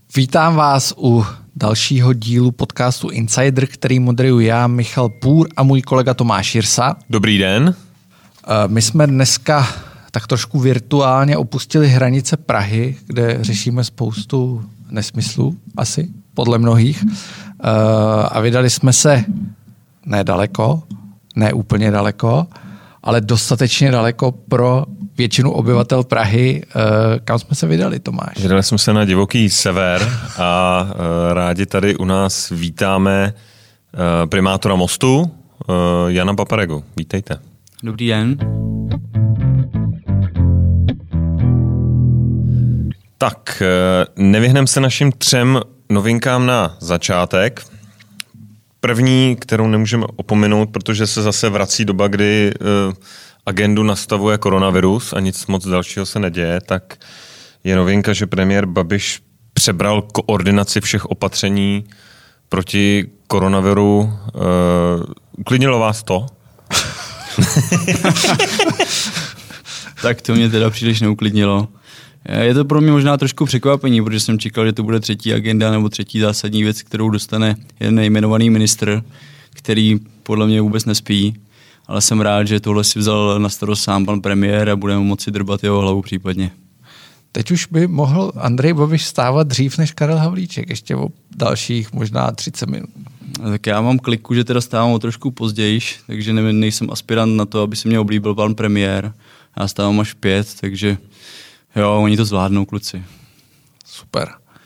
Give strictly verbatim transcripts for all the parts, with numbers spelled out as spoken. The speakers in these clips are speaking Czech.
Vítám vás u dalšího dílu podcastu Insider, který moderuji já, Michal Půr a můj kolega Tomáš Jirsa. Dobrý den. My jsme dneska tak trošku virtuálně opustili hranice Prahy, kde řešíme spoustu nesmyslů, asi, podle mnohých. A vydali jsme se nedaleko, ne úplně daleko, ale dostatečně daleko pro většinu obyvatel Prahy. Kam jsme se vydali, Tomáš? Vydali jsme se na divoký sever a rádi tady u nás vítáme primátora Mostu, Jana Paparegu. Vítejte. Dobrý den. Tak, nevyhneme se našim třem novinkám na začátek. První, kterou nemůžeme opomenout, protože se zase vrací doba, kdy agendu nastavuje koronavirus a nic moc dalšího se neděje, tak je novinka, že premiér Babiš přebral koordinaci všech opatření proti koronaviru. Uh, uklidnilo vás to? Tak to mě teda příliš neuklidnilo. Je to pro mě možná trošku překvapení, protože jsem čekal, že to bude třetí agenda nebo třetí zásadní věc, kterou dostane jeden nejmenovaný ministr, který podle mě vůbec nespí. Ale jsem rád, že tohle si vzal na starost sám pan premiér a budeme moci drbat jeho hlavu případně. Teď už by mohl Andrej Babiš stávat dřív než Karel Havlíček, ještě o dalších možná třicet minut. Tak já mám kliku, že teda stávám o trošku později, takže ne, nejsem aspirant na to, aby se mě oblíbil pan premiér. Já stávám až pět, takže jo, oni to zvládnou, kluci. Super.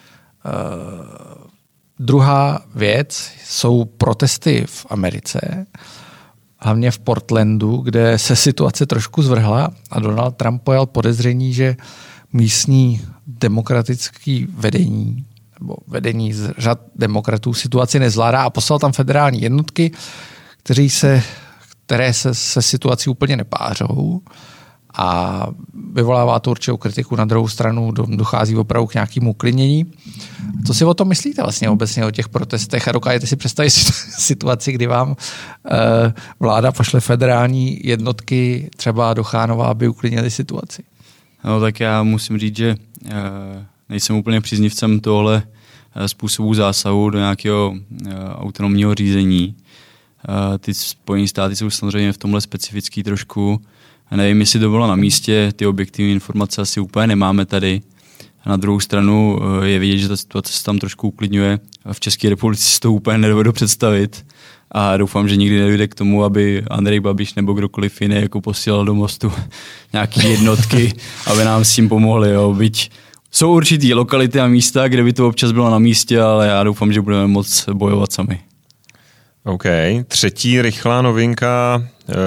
Uh, druhá věc jsou protesty v Americe, hlavně v Portlandu, kde se situace trošku zvrhla a Donald Trump pojal podezření, že místní demokratické vedení nebo vedení z řad demokratů situaci nezvládá a poslal tam federální jednotky, kteří se, které se se situací úplně nepářou a vyvolává to určitou kritiku. Na druhou stranu dochází opravdu k nějakému uklidnění. Co si o tom myslíte vlastně obecně o těch protestech a dokážete si představit situaci, kdy vám uh, vláda pošle federální jednotky třeba do Chánova, aby uklidnili situaci? No tak já musím říct, že uh, nejsem úplně příznivcem tohle uh, způsobu zásahu do nějakého uh, autonomního řízení. Uh, ty Spojené státy jsou samozřejmě v tomhle specifický trošku. Nevím, jestli to bylo na místě, ty objektivní informace asi úplně nemáme tady. Na druhou stranu je vidět, že ta situace se tam trošku uklidňuje. V České republice si to úplně nedovedu představit. A doufám, že nikdy nedojde k tomu, aby Andrej Babiš nebo kdokoliv jiný jako posílal do Mostu nějaké jednotky, aby nám s tím pomohli. Jo. Byť jsou určitý lokality a místa, kde by to občas bylo na místě, ale já doufám, že budeme moc bojovat sami. OK. Třetí rychlá novinka.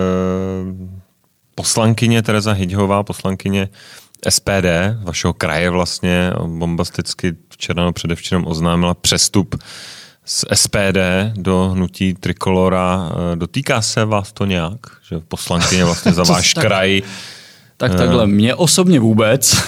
E- Poslankyně Tereza Hyťhová, poslankyně S P D, vašeho kraje vlastně, bombasticky včera no předevčerom oznámila přestup z S P D do hnutí Trikolora. Dotýká se vás to nějak? Že poslankyně vlastně za váš tak, kraj? Tak takhle, mě osobně vůbec.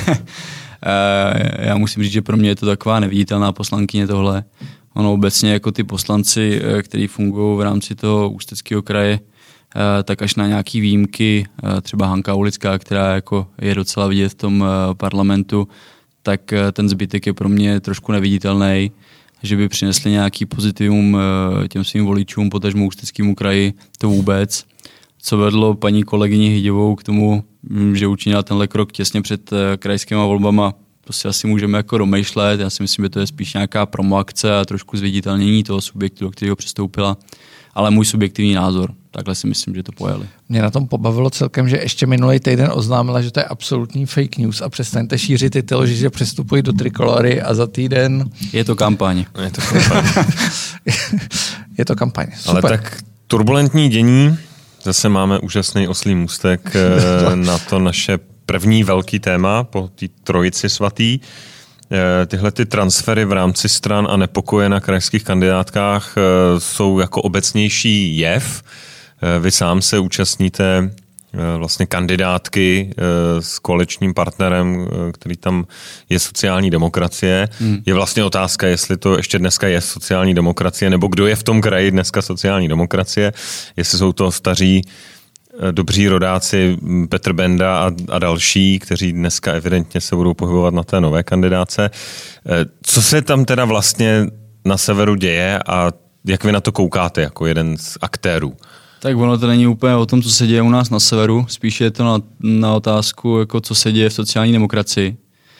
Já musím říct, že pro mě je to taková neviditelná poslankyně tohle. Ono obecně jako ty poslanci, kteří fungují v rámci toho Ústeckého kraje, tak až na nějaký výjimky, třeba Hanka Aulická, která jako je docela vidět v tom parlamentu, tak ten zbytek je pro mě trošku neviditelný, že by přinesli nějaký pozitivum těm svým voličům, potažmo Ústeckému kraji, to vůbec. Co vedlo paní kolegyni Hyťhovou k tomu, že učinila tenhle krok těsně před krajskýma volbama, to si asi můžeme jako domýšlet. Já si myslím, že to je spíš nějaká promoakce a trošku zviditelnění toho subjektu, do kterého přestoupila. Ale můj subjektivní názor. Takhle si myslím, že to pojeli. Mě na tom pobavilo celkem, že ještě minulý týden oznámila, že to je absolutní fake news a přestaňte šířit ty tyloži, že přestupují do Trikolory a za týden... Je to kampaň. Je to kampaň. je to kampaň. Super. Ale tak turbulentní dění. Zase máme úžasný oslý můstek na to naše první velký téma po té trojici svatý. Tyhle ty transfery v rámci stran a nepokoje na krajských kandidátkách jsou jako obecnější jev. Vy sám se účastníte vlastně kandidátky s koaličním partnerem, který tam je sociální demokracie. Hmm. Je vlastně otázka, jestli to ještě dneska je sociální demokracie, nebo kdo je v tom kraji dneska sociální demokracie, jestli jsou to staří dobří rodáci Petr Benda a, a další, kteří dneska evidentně se budou pohybovat na té nové kandidáce. Co se tam teda vlastně na severu děje a jak vy na to koukáte jako jeden z aktérů? Tak ono to není úplně o tom, co se děje u nás na severu, spíše je to na, na otázku, jako co se děje v sociální demokracii.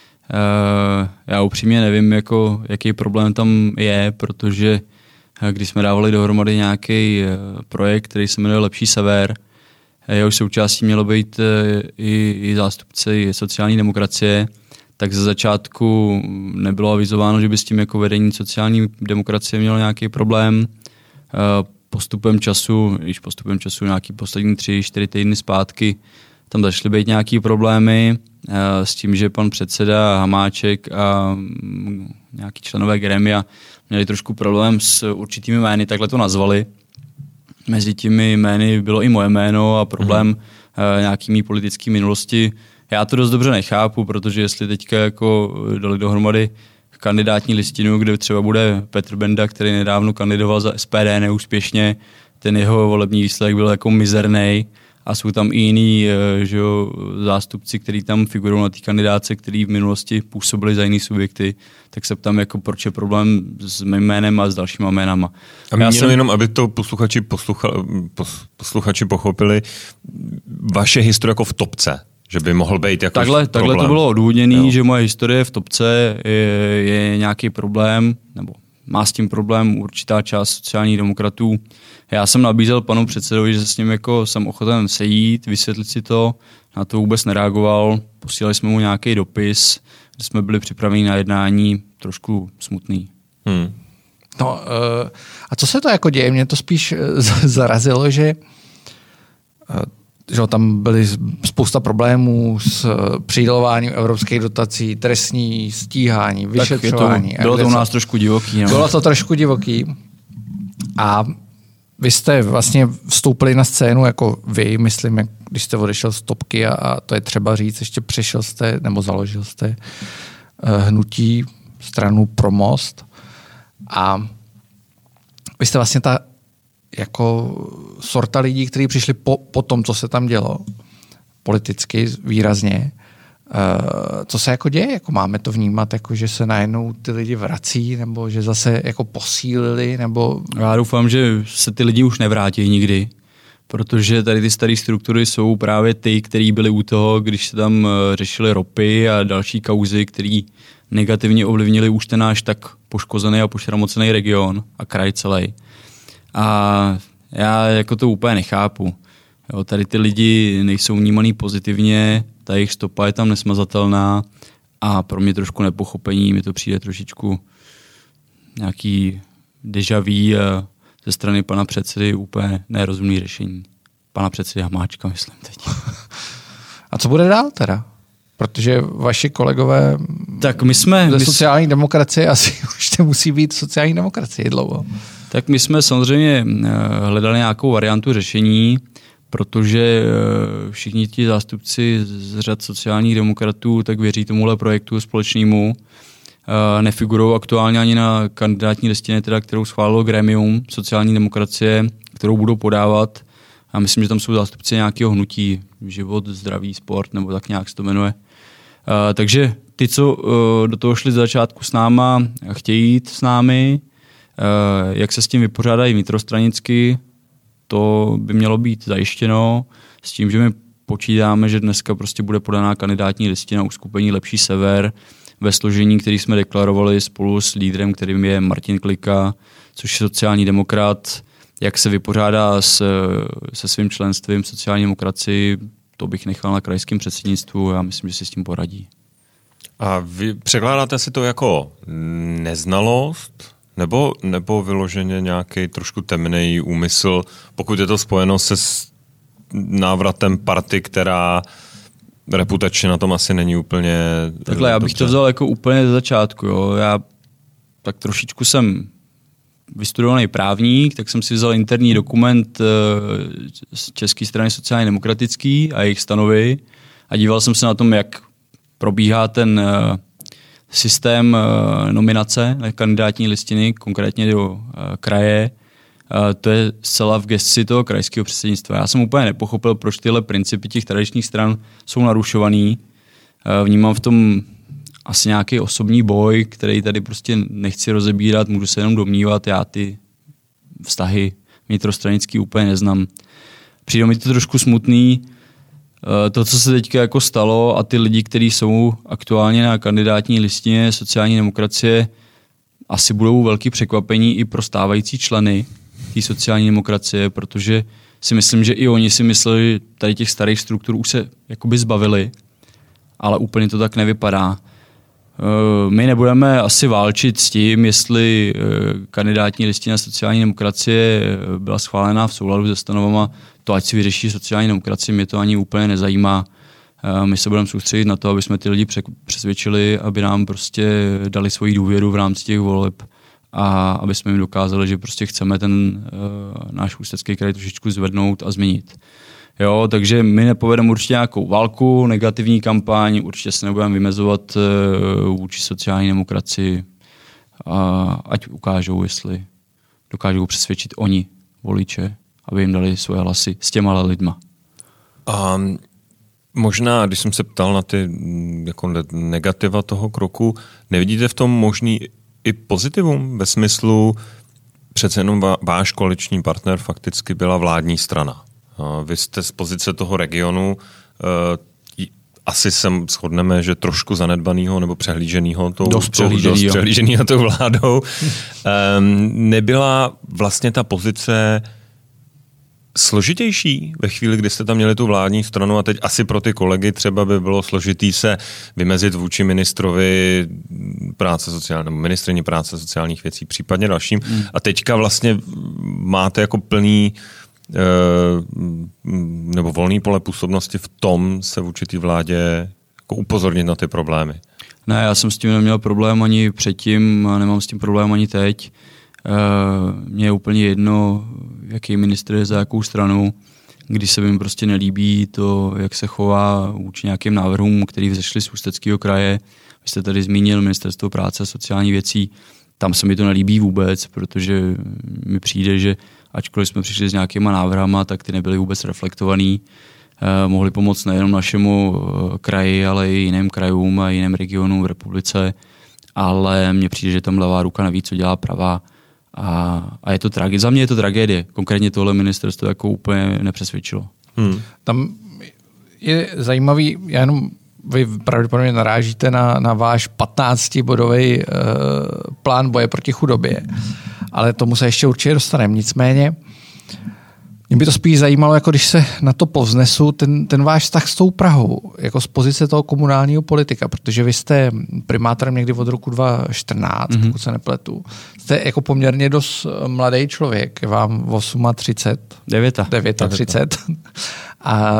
Uh, já upřímně nevím, jako, jaký problém tam je, protože když jsme dávali dohromady nějaký uh, projekt, který se jmenuje Lepší sever, jehož součástí mělo být uh, i, i zástupci sociální demokracie, tak ze začátku nebylo avizováno, že by s tím jako vedení sociální demokracie mělo nějaký problém. Uh, postupem času, když postupem času nějaký poslední tři, čtyři týdny zpátky, tam začaly být nějaký problémy uh, s tím, že pan předseda Hamáček a um, nějaký členové gremia měli trošku problém s určitými jmény, takhle to nazvali. Mezi těmi jmény bylo i moje jméno a problém mm. uh, nějaký mý politický minulosti. Já to dost dobře nechápu, protože jestli teďka jako dali dohromady kandidátní listinu, kde třeba bude Petr Benda, který nedávno kandidoval za S P D neúspěšně, ten jeho volební výsledek byl jako mizernej a jsou tam i jiní že jo, zástupci, kteří tam figurují na té kandidáce, kteří v minulosti působili za jiný subjekty, tak se ptám, jako proč je problém s mým jménem a s dalšíma jménama. A mě jsem... jenom, aby to posluchači, poslucha, posluchači pochopili, vaše historie jako v topce, že by mohl být jako takhle, problém. Takhle to bylo odůvodněné, že moje historie v topce je, je nějaký problém, nebo má s tím problém určitá část sociálních demokratů. Já jsem nabízel panu předsedovi, že se s ním jako jsem ochoten sejít, vysvětlit si to, na to vůbec nereagoval. Posílali jsme mu nějaký dopis, kde jsme byli připraveni na jednání, trošku smutný. Hmm. No, uh, a co se to jako děje? Mě to spíš zarazilo, že uh, že tam byly spousta problémů s přidělováním evropských dotací, trestní stíhání, vyšetřování. To, bylo to u nás trošku divoký. No. Bylo to trošku divoký. A vy jste vlastně vstoupili na scénu jako vy, myslím, jak když jste odešel z topky a, a to je třeba říct, ještě přešel jste, nebo založil jste uh, hnutí stranu Pro most. A vy jste vlastně ta jako sorta lidí, kteří přišli po, po tom, co se tam dělo, politicky výrazně. Uh, co se jako děje? Jako máme to vnímat, jako že se najednou ty lidi vrací, nebo že zase jako posílili, nebo... Já doufám, že se ty lidi už nevrátí nikdy, protože tady ty staré struktury jsou právě ty, který byly u toho, když se tam řešily ropy a další kauzy, které negativně ovlivnily už ten náš tak poškozený a pošramocený region a kraj celý. A já jako to úplně nechápu. Jo, tady ty lidi nejsou vnímaný pozitivně, ta jejich stopa je tam nesmazatelná a pro mě trošku nepochopení, mi to přijde trošičku nějaký déjà vu ze strany pana předsedy, úplně nerozumný řešení. Pana předsedy Hamáčka, myslím teď. A co bude dál teda? Protože vaši kolegové tak my jsme, ze my sociální demokracie asi už to musí být sociální demokracie dlouho. Tak my jsme samozřejmě hledali nějakou variantu řešení, protože všichni ti zástupci z řad sociálních demokratů tak věří tomuhle projektu společnému. Nefigurují aktuálně ani na kandidátní listině, teda, kterou schválilo grémium sociální demokracie, kterou budou podávat. A myslím, že tam jsou zástupci nějakého hnutí, život, zdraví, sport, nebo tak nějak se to jmenuje. Takže ty, co do toho šli z začátku s náma, chtějí jít s námi, jak se s tím vypořádají vnitrostranicky, to by mělo být zajištěno s tím, že my počítáme, že dneska prostě bude podaná kandidátní listina uskupení Lepší sever ve složení, který jsme deklarovali spolu s lídrem, kterým je Martin Klika, což je sociální demokrat. Jak se vypořádá s, se svým členstvím sociální demokracii, to bych nechal na krajském předsednictvu, já myslím, že si s tím poradí. A vy překládáte si to jako neznalost? Nebo, nebo vyloženě nějaký trošku temný úmysl, pokud je to spojeno se návratem party, která reputačně na tom asi není úplně... Takhle, já bych dobře. To vzal jako úplně ze začátku. Jo. Já tak trošičku jsem vystudovaný právník, tak jsem si vzal interní dokument z České strany sociálně demokratický a jejich stanovy a díval jsem se na tom, jak probíhá ten systém nominace na kandidátní listiny, konkrétně do kraje to je zcela v gesci toho krajského předsednictva. Já jsem úplně nepochopil, proč tyhle principy těch tradičních stran jsou narušovaný. Vnímám v tom asi nějaký osobní boj, který tady prostě nechci rozebírat, můžu se jenom domnívat, já ty vztahy vnitrostranický úplně neznám. Přijde mi to trošku smutný, to, co se teďka jako stalo a ty lidi, kteří jsou aktuálně na kandidátní listině sociální demokracie, asi budou velký překvapení i pro stávající členy té sociální demokracie, protože si myslím, že i oni si mysleli, že tady těch starých struktur už se jakoby zbavili, ale úplně to tak nevypadá. My nebudeme asi válčit s tím, jestli kandidátní listina sociální demokracie byla schválená v souladu se stanovama, to ať si vyřeší sociální demokracie, mě to ani úplně nezajímá. My se budeme soustředit na to, aby jsme ty lidi přesvědčili, aby nám prostě dali svoji důvěru v rámci těch voleb a aby jsme jim dokázali, že prostě chceme ten uh, náš Ústecký kraj trošičku zvednout a změnit. Jo, takže my nepovedeme určitě nějakou válku, negativní kampaň, určitě se nebudeme vymezovat uh, vůči sociální demokracii, a ať ukážou, jestli dokážou přesvědčit oni voliče, aby jim dali svoje hlasy s těma lidma. Um... Možná, když jsem se ptal na ty jako negativa toho kroku, nevidíte v tom možný i pozitivum ve smyslu, přece jenom váš koaliční partner fakticky byla vládní strana. Vy jste z pozice toho regionu, asi se shodneme, že trošku zanedbanýho nebo přehlíženýho tou, dost přehlížený, dost přehlíženýho tou vládou. Nebyla vlastně ta pozice složitější ve chvíli, kdy jste tam měli tu vládní stranu a teď asi pro ty kolegy třeba by bylo složitý se vymezit vůči ministrovi práce sociální, nebo ministryni práce sociálních věcí, případně dalším. Hmm. A teďka vlastně máte jako plný nebo volný pole působnosti v tom se vůči té vládě jako upozornit na ty problémy. Ne, já jsem s tím neměl problém ani předtím a nemám s tím problém ani teď. Mně je úplně jedno, jaký ministr je za jakou stranu, když se mi prostě nelíbí to, jak se chová vůči nějakým návrhům, který vzešli z Ústeckého kraje. Vy jste tady zmínil Ministerstvo práce a sociální věcí. Tam se mi to nelíbí vůbec, protože mi přijde, že ačkoliv jsme přišli s nějakýma návrhama, tak ty nebyly vůbec reflektovaný. Eh, mohli pomoct nejenom našemu kraji, ale i jiným krajům a jiným regionům v republice. Ale mně přijde, že tam levá ruka neví, co dělá pravá. A, a je to tragédie. Za mě je to tragédie. Konkrétně tohle ministerstvo jako úplně nepřesvědčilo. Hmm. Tam je zajímavý, já jenom vy pravděpodobně narážíte na, na váš patnáctibodový uh, plán boje proti chudobě. Ale tomu se ještě určitě dostaneme. Nicméně mě by to spíš zajímalo, jako když se na to povznesu, ten, ten váš vztah s tou Prahou, jako z pozice toho komunálního politika, protože vy jste primátorem někdy od roku dva tisíce čtrnáct, mm-hmm. pokud se nepletu. Jste jako poměrně dost mladý člověk, je vám třicet osm, třicet devět. A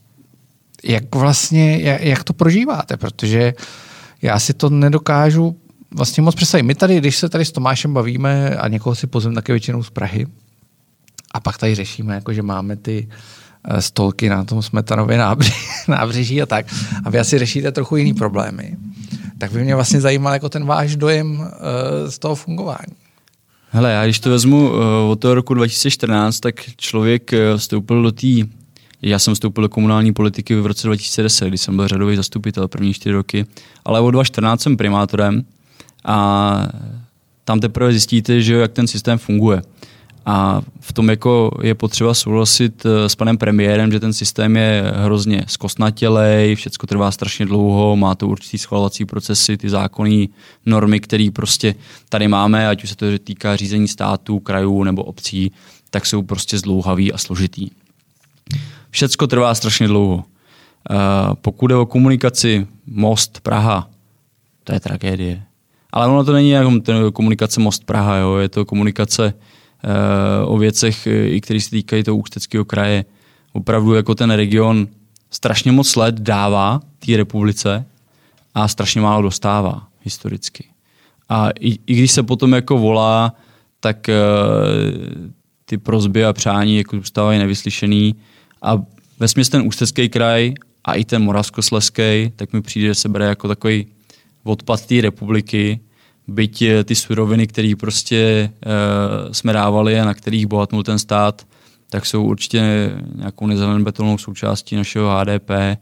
jak vlastně, jak, jak to prožíváte? Protože já si to nedokážu vlastně moc představit. My tady, když se tady s Tomášem bavíme a někoho si pozveme také většinou z Prahy, a pak tady řešíme, jako, že máme ty stolky na tom Smetanově nábřeží, nábřeží a tak. A vy asi řešíte trochu jiný problémy. Tak by mě vlastně zajímal jako ten váš dojem uh, z toho fungování. Hele, já když to vezmu uh, od toho roku dva tisíce čtrnáct, tak člověk uh, vstoupil do té... Já jsem vstoupil do komunální politiky v roce dva tisíce deset, kdy jsem byl řadový zastupitel první čtyři roky. Ale od dva tisíce čtrnáct jsem primátorem a tam teprve zjistíte, že jak ten systém funguje. A v tom jako je potřeba souhlasit s panem premiérem, že ten systém je hrozně zkostnatělej, všecko trvá strašně dlouho, má to určitý schvalovací procesy, ty zákonné normy, které prostě tady máme, ať už se to týká řízení států, krajů nebo obcí, tak jsou prostě zdlouhavý a složitý. Všecko trvá strašně dlouho. Pokud jde o komunikaci Most Praha, to je tragédie. Ale ono to není jenom komunikace Most Praha, jo? Je to komunikace o věcech, i které se týkají toho Ústeckého kraje. Opravdu jako ten region strašně moc let dává té republice a strašně málo dostává historicky. A i, i když se potom jako volá, tak uh, ty prosby a přání jako zůstávají nevyslyšený. A vesměs ten Ústecký kraj a i ten Moravskoslezský, tak mi přijde, že se bere jako takový odpad té republiky, byť ty suroviny, které prostě uh, jsme dávali a na kterých bohatnul ten stát, tak jsou určitě nějakou nezanedbatelnou součástí našeho H D P.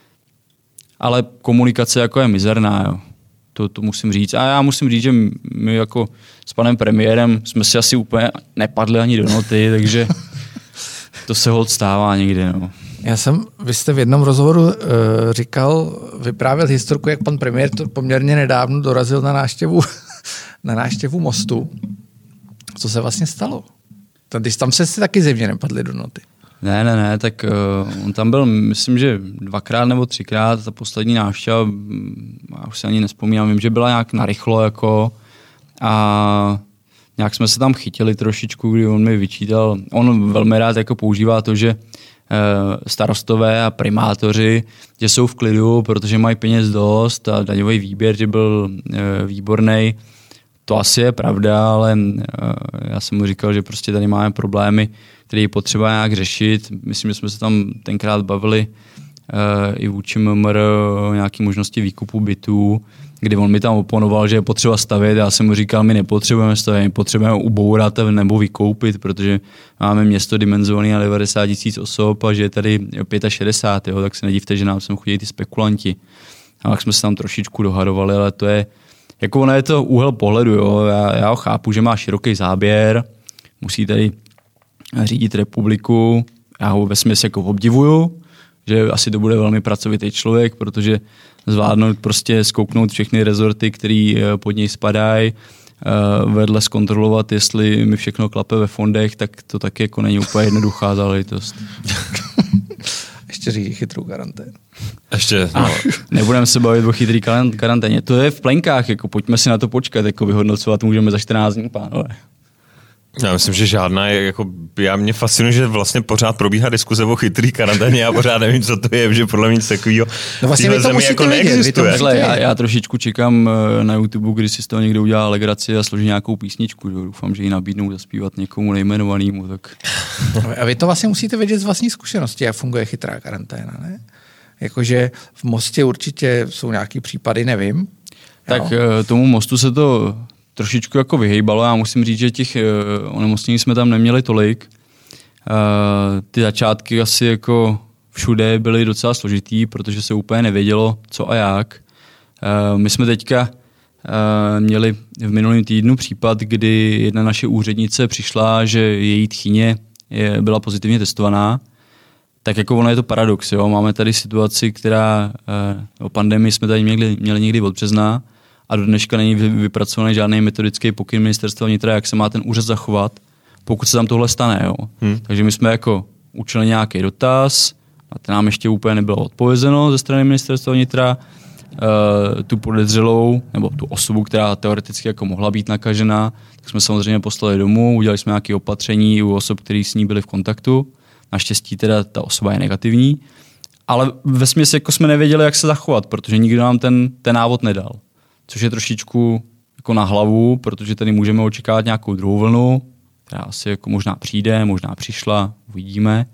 Ale komunikace jako je mizerná, jo. To, to musím říct. A já musím říct, že my jako s panem premiérem jsme si asi úplně nepadli ani do noty, takže to se holt stává někdy. No. Já jsem, vy jste v jednom rozhovoru uh, říkal, vyprávěl historku, jak pan premiér to poměrně nedávno dorazil na návštěvu, na návštěvu Mostu. Co se vlastně stalo? Když tam se si taky zjevně nepadli do noty. Ne, ne, ne, tak uh, on tam byl, myslím, že dvakrát nebo třikrát, ta poslední návštěva, já už se ani nespomínám, vím, že byla nějak narychlo, jako, a nějak jsme se tam chytili trošičku, kdy on mi vyčítal, on velmi rád jako používá to, že uh, starostové a primátoři, že jsou v klidu, protože mají peněz dost a daňový výběr, že byl uh, výborný. To asi je pravda, ale uh, já jsem mu říkal, že prostě tady máme problémy, které je potřeba nějak řešit. Myslím, že jsme se tam tenkrát bavili uh, i vůči M M R o nějaké možnosti výkupu bytů, kdy on mi tam oponoval, že je potřeba stavět. Já jsem mu říkal, my nepotřebujeme stavět, my potřebujeme ubourat nebo vykoupit, protože máme město dimenzované na devadesát tisíc osob a že je tady šedesát pět, jo, tak se nedivte, že nám sem chodí ty spekulanti. A tak jsme se tam trošičku dohadovali, ale to je, jako ono je to úhel pohledu, jo. Já, já ho chápu, že má široký záběr, musí tady řídit republiku. Já ho vesměs jako obdivuju, že asi to bude velmi pracovitý člověk, protože zvládnout prostě zkouknout všechny rezorty, které pod něj spadají, vedle zkontrolovat, jestli mi všechno klape ve fondech, tak to taky jako není úplně jednoduchá záležitost. Ještě řídí chytrou karanténu. Ještě, no. Nebudeme se bavit o chytrý karanténě. To je v plenkách, jako pojďme si na to počkat, jako vyhodnocovat můžeme za čtrnáct dní, pánové. Já myslím, že žádná je, jako, já mě fascinuje, že vlastně pořád probíhá diskuze o chytrý karanténě, já pořád nevím, co to je, že podle mě nic takového no vlastně v zemi jako neexistuje. Takhle, já, já trošičku čekám na YouTube, kdy si z toho někdo udělá legraci a složí nějakou písničku, že? Doufám, že ji nabídnou zaspívat někomu nejmenovanému. Tak... A vy to vlastně musíte vědět z vlastní zkušenosti, jak funguje chytrá karanténa, ne? Jakože v Mostě určitě jsou nějaký případy, nevím. Tak jo. Tomu Mostu se to trošičku jako vyhejbalo. Já musím říct, že těch uh, onemocnění jsme tam neměli tolik. Uh, ty začátky asi jako všude byly docela složitý, protože se úplně nevědělo, co a jak. Uh, my jsme teďka uh, měli v minulém týdnu případ, kdy jedna naše úřednice přišla, že její tchýně je, byla pozitivně testovaná. Tak jako ono je to paradox. Jo? Máme tady situaci, která uh, o pandemii jsme tady měli, měli někdy od března, a do dneška není vypracovaný žádný metodický pokyn ministerstva vnitra, jak se má ten úřad zachovat, pokud se tam tohle stane. Jo. Hmm. Takže my jsme jako učili nějaký dotaz a ten nám ještě úplně nebylo odpovězeno ze strany ministerstva vnitra. E, tu podezřelou, nebo tu osobu, která teoreticky jako mohla být nakažená, tak jsme samozřejmě poslali domů, udělali jsme nějaké opatření u osob, které s ní byly v kontaktu. Naštěstí teda ta osoba je negativní, ale vesměs jako jsme nevěděli, jak se zachovat, protože nikdo nám ten, ten návod nedal. Což je trošičku jako na hlavu, protože tady můžeme očekávat nějakou druhou vlnu, která asi jako možná přijde, možná přišla, uvidíme.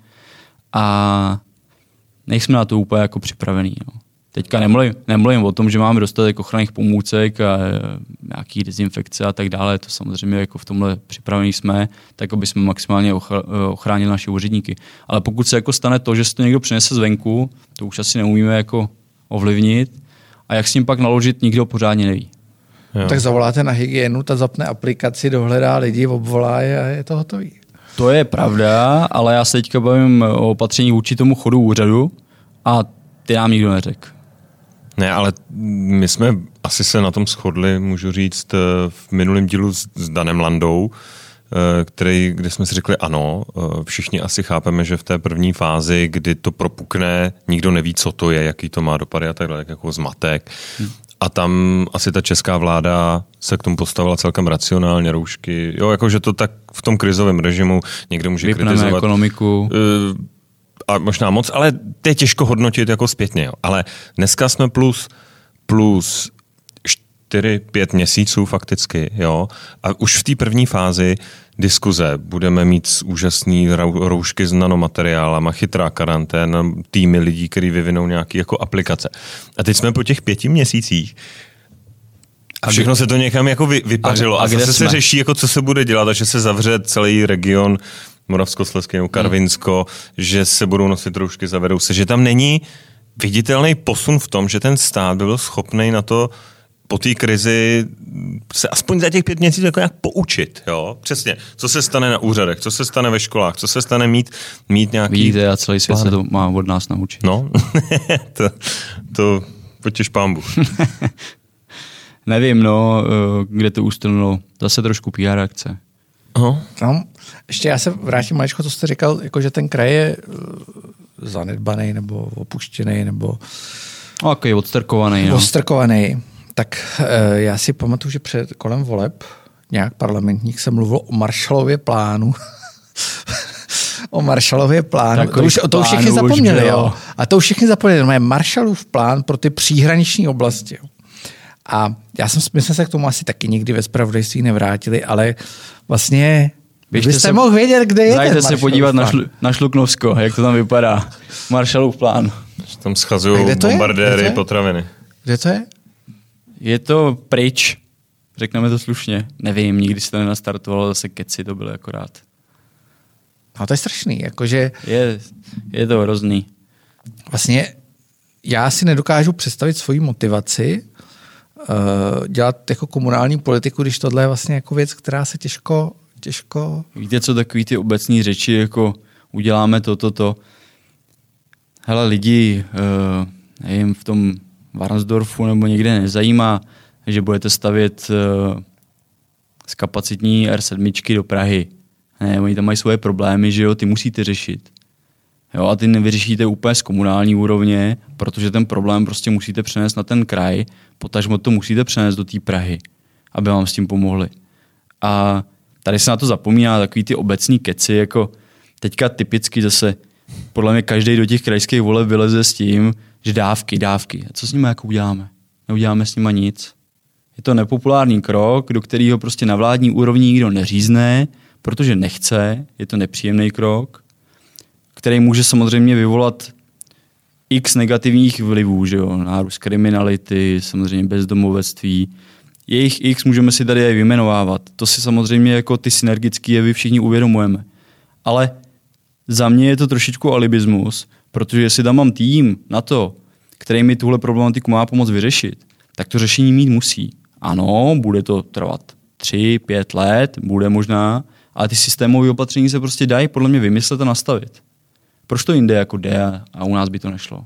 A nejsme na to úplně jako připravení. No. Teďka nemluvím, nemluvím o tom, že máme dostatek ochranných pomůcek a nějaký dezinfekce a tak dále. To samozřejmě jako v tomhle připravení jsme, tak aby jsme maximálně ochránili naše úředníky. Ale pokud se jako stane to, že se to někdo přinese zvenku, to už asi neumíme jako ovlivnit. A jak s ním pak naložit, nikdo pořádně neví. Jo. Tak zavoláte na hygienu, ta zapne aplikaci, dohledá lidi, obvolá je a je to hotový. To je pravda, ale já se teďka bavím o opatření vůči tomu chodu úřadu a ty nám nikdo neřekl. Ne, ale my jsme asi se na tom shodli, můžu říct, v minulém dílu s, s Danem Landou, který, kde jsme si řekli ano, všichni asi chápeme, že v té první fázi, kdy to propukne, nikdo neví, co to je, jaký to má dopady a tak dále, jako zmatek. Hmm. A tam asi ta česká vláda se k tomu postavila celkem racionálně, roušky, jo, jakože to tak v tom krizovém režimu někdo může vypneme kritizovat. Ekonomiku. A možná moc, ale to je těžko hodnotit jako zpětně, jo. Ale dneska jsme plus, plus čtyři, pět měsíců fakticky, jo. A už v té první fázi diskuze budeme mít úžasný roušky s nanomateriálama, chytrá karanténa, týmy lidí, kteří vyvinou nějaké jako aplikace. A teď jsme po těch pěti měsících A všechno se to někam jako vy, vypařilo. A, a, a zase se řeší, jako co se bude dělat, a že se zavře celý region Moravskoslezský nebo Karvinsko, hmm. že se budou nosit roušky, zavedou se, že tam není viditelný posun v tom, že ten stát by byl schopný na to po té krizi se aspoň za těch pět měsíců jako nějak poučit. Jo? Přesně. Co se stane na úřadech, co se stane ve školách, co se stane mít, mít nějaký... Vidíte, a celý svět se to má od nás naučit. No, to, to potěš pánbu. Nevím, no, kde to ustrnulo. Zase trošku P R akce. No, ještě já se vrátím maličko, co jste říkal, jako že ten kraj je zanedbaný nebo opuštěný nebo... No, jako je odstrkovaný. No. Odstrkovaný. Tak e, já si pamatuju, že před kolem voleb nějak parlamentních se mluvilo o Marshallově plánu. o Marshallově plánu. To už, to už všichni zapomněli. Jo. A to už všichni zapomněli. No, je Marshallův plán pro ty příhraniční oblasti. Jo. A já jsem, my jsme se k tomu asi taky nikdy ve zpravodajství nevrátili, ale vlastně Běžte byste se, mohl vědět, kde je ten Marshallův se podívat plán. na, šlu, na Šluknovsko, jak to tam vypadá. Marshallův plán. Tam schazují bombardéry potraviny. Kde to je? Je to pryč, řekneme to slušně. Nevím, nikdy se to nenastartovalo, zase keci to byly akorát. No to je strašný, jakože... Je, je to hrozný. Vlastně já si nedokážu představit svoji motivaci uh, dělat jako komunální politiku, když tohle je vlastně jako věc, která se těžko... těžko... Víte, co takový ty obecní řeči, jako uděláme to, to, to. Hele, lidi, uh, nevím, v tom Varnsdorfu nebo někde nezajímá, že budete stavět uh, z kapacitní R sedm do Prahy. Ne, oni tam mají svoje problémy, že jo, ty musíte řešit. Jo, a ty nevyřešíte úplně z komunální úrovně, protože ten problém prostě musíte přenést na ten kraj, potažmo to musíte přenést do té Prahy, aby vám s tím pomohli. A tady se na to zapomíná, takový ty obecní keci, jako teďka typicky zase, podle mě každý do těch krajských voleb vyleze s tím, že dávky, dávky. A co s nimi jako uděláme? Neuděláme s nimi nic. Je to nepopulární krok, do kterého prostě na vládní úrovni nikdo neřízne, protože nechce, je to nepříjemný krok, který může samozřejmě vyvolat x negativních vlivů, že jo? Nárůst kriminality, samozřejmě bezdomovectví. Jejich x můžeme si tady vyjmenovávat. To si samozřejmě jako ty synergické jevy všichni uvědomujeme. Ale za mě je to trošičku alibismus, protože jestli tam mám tým na to, který mi tuhle problematiku má pomoct vyřešit, tak to řešení mít musí. Ano, bude to trvat tři, pět let, bude možná, ale ty systémové opatření se prostě dají podle mě vymyslet a nastavit. Proč to jinde jako jde a u nás by to nešlo?